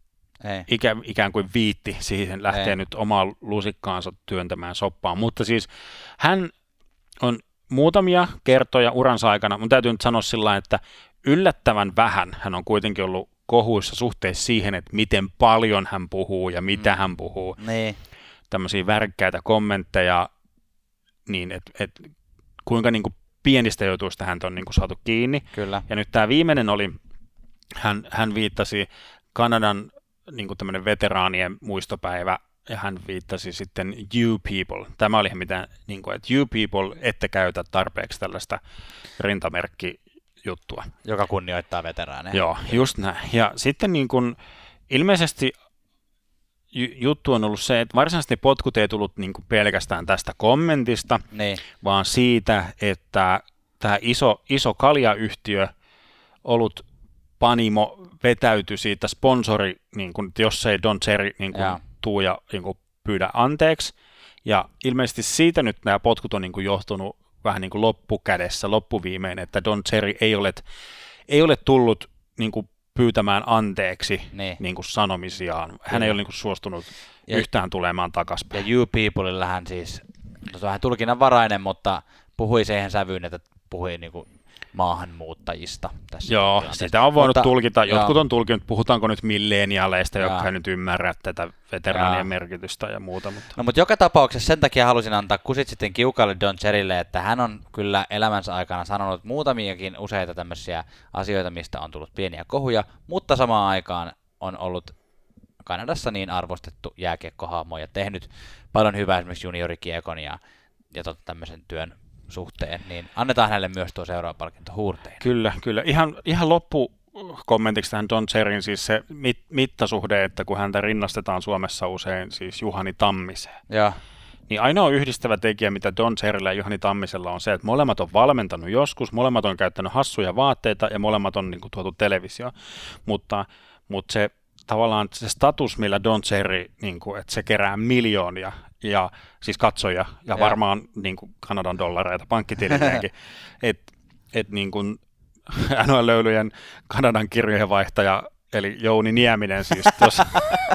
ikään kuin viitti siihen lähtee nyt omaan lusikkaansa työntämään soppaan, mutta siis hän on muutamia kertoja uransa aikana, mun täytyy nyt sanoa sillä että yllättävän vähän hän on kuitenkin ollut kohuissa suhteessa siihen, että miten paljon hän puhuu ja mitä hän puhuu. Tämmöisiä värkkäitä kommentteja, niin että kuinka niin kuin pienistä jutuista häntä on niin kuin saatu kiinni.
Kyllä.
Ja nyt tämä viimeinen oli, hän viittasi Kanadan niin kuin tämmöinen veteraanien muistopäivä, ja hän viittasi sitten you people. Tämä oli mitä, niin kuin, että you people ette käytä tarpeeksi tällaista rintamerkkijuttua.
Joka kunnioittaa veteraaneja.
Joo, just näin. Ja sitten niin kuin, ilmeisesti juttu on ollut se, että varsinaisesti potkut ei tullut niin kuin pelkästään tästä kommentista, vaan siitä, että tämä iso kaljayhtiö, ollut Panimo, vetäytyi siitä sponsori, niin kuin, jos ei Don Cherry niin kuin, tuu ja niin kuin, pyydä anteeksi. Ja ilmeisesti siitä nyt nämä potkut on niin kuin, johtunut vähän niin kuin loppukädessä, loppuviimein, että Don Cherry ei ole tullut niin kuin, pyytämään anteeksi niin kuin sanomisiaan. Hän ei ole niin kuin suostunut yhtään tulemaan takaspäin.
Ja you peopleilla hän siis, vähän tulkinnanvarainen, mutta puhui siihen sävyyn, että puhui niin kuin maahanmuuttajista. Tässä
joo,
tilanteessa.
sitä on voinut tulkita. Jotkut on tulkinut, puhutaanko nyt milleniaaleista, jotka ei nyt ymmärrä tätä veteraanien merkitystä ja muuta. Mutta.
No, mutta joka tapauksessa sen takia halusin antaa kusit sitten kiukalle Don Cherrylle, että hän on kyllä elämänsä aikana sanonut muutamiakin useita tämmöisiä asioita, mistä on tullut pieniä kohuja, mutta samaan aikaan on ollut Kanadassa niin arvostettu jääkiekkohahmo ja tehnyt paljon hyvää esimerkiksi juniorikiekon ja tämmöisen työn suhteen, niin annetaan hänelle myös tuo seuraava palkinto huurtein.
Kyllä. Ihan loppukommentiksi tähän Don Cherryn siis se mittasuhde, että kun häntä rinnastetaan Suomessa usein siis Juhani Tammiseen.
Ja.
Niin ainoa yhdistävä tekijä, mitä Don Cherryllä ja Juhani Tammisella on se, että molemmat on valmentanut joskus, molemmat on käyttänyt hassuja vaatteita ja molemmat on niin kuin, tuotu televisio, mutta se tavallaan se status, millä Don Cherry, niin kuin, että se kerää miljoonia ja siis katsoja ja varmaan niin kuin Kanadan dollareita pankkitililleenkin, että niin kuin NHL-löylyjen Kanadan kirjojenvaihtaja eli Jouni Nieminen siis tuossa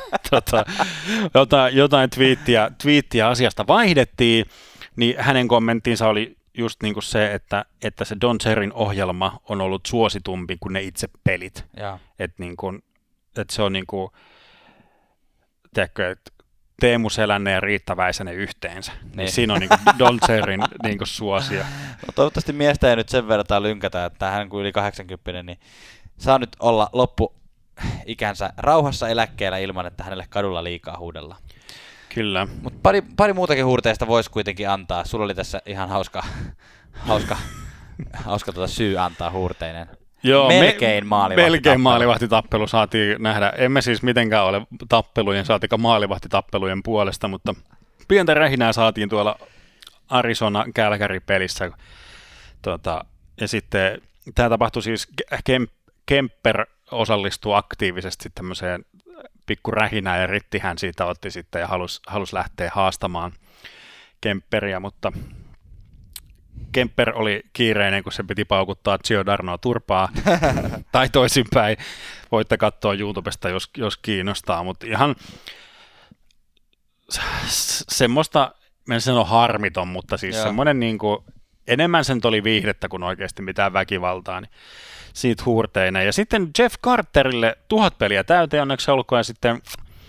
jotain twiittiä asiasta vaihdettiin, niin hänen kommenttinsa oli just niin kuin se, että se Don Cherryn ohjelma on ollut suositumpi kuin ne itse pelit. Että se on niin kuin, tiedätkö, että Teemu Selänne ja Riitta Väisänen yhteensä. Niin siinä on niin kuin Don Cherryn niin kuin suosia.
No, toivottavasti miestä ei nyt sen verran lynkätä, että hän kuin yli 80, niin saa nyt olla loppuikänsä rauhassa eläkkeellä ilman, että hänelle kadulla liikaa huudellaan.
Kyllä.
Mutta pari muutakin huurteista voisi kuitenkin antaa. Sulla oli tässä ihan hauska syy antaa huurteinen.
Joo,
melkein
maalivahtitappelu saatiin nähdä. Emme siis mitenkään ole tappelujen, saatika maalivahtitappelujen puolesta, mutta pientä rähinää saatiin tuolla Arizona-Calgary-pelissä. Ja sitten tämä tapahtui siis, Kemper osallistui aktiivisesti tämmöiseen pikku rähinään ja Rittihän siitä otti sitten ja halusi lähteä haastamaan Kemperiä, mutta Kemper oli kiireinen, kun se piti paukuttaa Giordanoa turpaa, tai toisinpäin. Voitte katsoa YouTubesta, jos kiinnostaa, mutta ihan semmoista en sano harmiton, mutta siis semmoinen niin kuin, enemmän sen oli viihdettä kuin oikeasti mitään väkivaltaa, niin siitä huurteinen. Ja sitten Jeff Carterille 1000 peliä täyteen, onneksi olkoon, ja sitten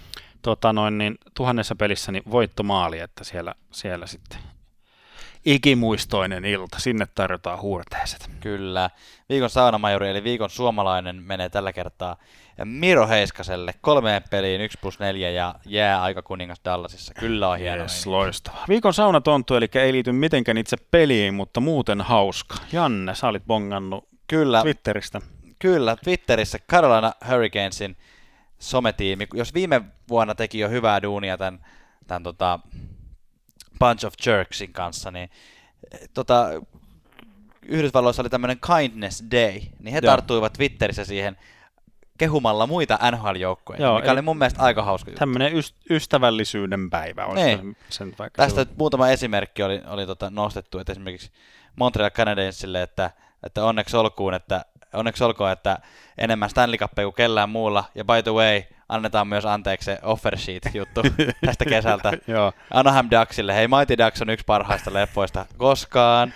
1000 pelissä niin voittomaali, että siellä sitten ikimuistoinen ilta, sinne tarjotaan huurteiset.
Kyllä. Viikon saunamajuri, eli viikon suomalainen, menee tällä kertaa Miro Heiskaselle 3 peliin 1+4 ja jääaikakuningas Dallasissa. Kyllä on hieno.
Yes, loistavaa. Viikon saunatonttu, eli ei liity mitenkään itse peliin, mutta muuten hauska. Janne, sä olit bongannut Twitteristä.
Kyllä, Twitterissä Carolina Hurricanesin sometiimi, jos viime vuonna teki jo hyvää duunia tämän Bunch of Jerksin kanssa, niin Yhdysvalloissa oli tämmöinen Kindness Day, niin he tarttuivat Twitterissä siihen kehumalla muita NHL-joukkoja, mikä oli mun mielestä aika hauska juttu.
Tämmöinen ystävällisyyden päivä. Sen
tästä muutama esimerkki oli nostettu, että esimerkiksi Montreal Canadiensille, että onneksi olkoon, että enemmän Stanley Cupia kuin kellään muulla, ja by the way, annetaan myös anteeksi se offer sheet-juttu tästä kesältä. Anaheim Ducksille, hei, Mighty Ducks on yksi parhaista leffoista koskaan.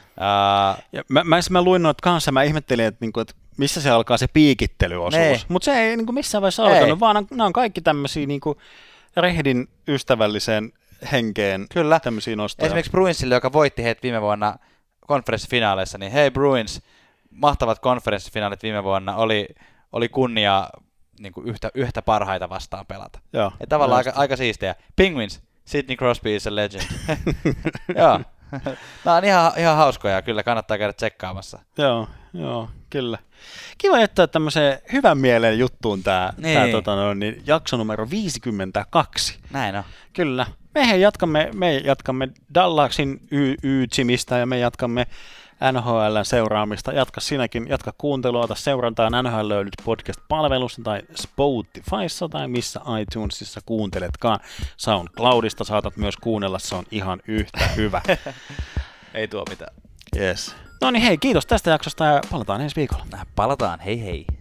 Mä luin noita kanssa, mä ihmettelin, että missä se alkaa se piikittelyosuus, mutta se ei missään vaiheessa alkanut, vaan nämä on kaikki tämmöisiä rehdin ystävälliseen henkeen tämmöisiä nostoja.
Esimerkiksi Bruinsille, joka voitti heitä viime vuonna konferenssifinaaleissa, niin hei Bruins, mahtavat konferenssifinaalit viime vuonna, oli kunnia yhtä parhaita vastaan pelata.
Joo,
ja tavallaan aika siistiä. Penguins, Sidney Crosby is a legend. Joo. Nämä on ihan hauskoja, kyllä kannattaa käydä tsekkaamassa.
Joo, kyllä. Kiva jättää tämmöiseen hyvän mielen juttuun tämä jakso numero 52.
Näin on.
Kyllä. Me jatkamme Dallasin yytsimistä ja me jatkamme NHL:n seuraamista. Jatka kuuntelua, ota seurantaa NHL löydyt podcast-palvelusta tai Spotifyssa tai missä iTunesissa kuunteletkaan. SoundCloudista saatat myös kuunnella, se on ihan yhtä hyvä.
Ei tuo mitään.
Yes. No niin hei, kiitos tästä jaksosta ja palataan ensi viikolla.
Palataan, hei hei.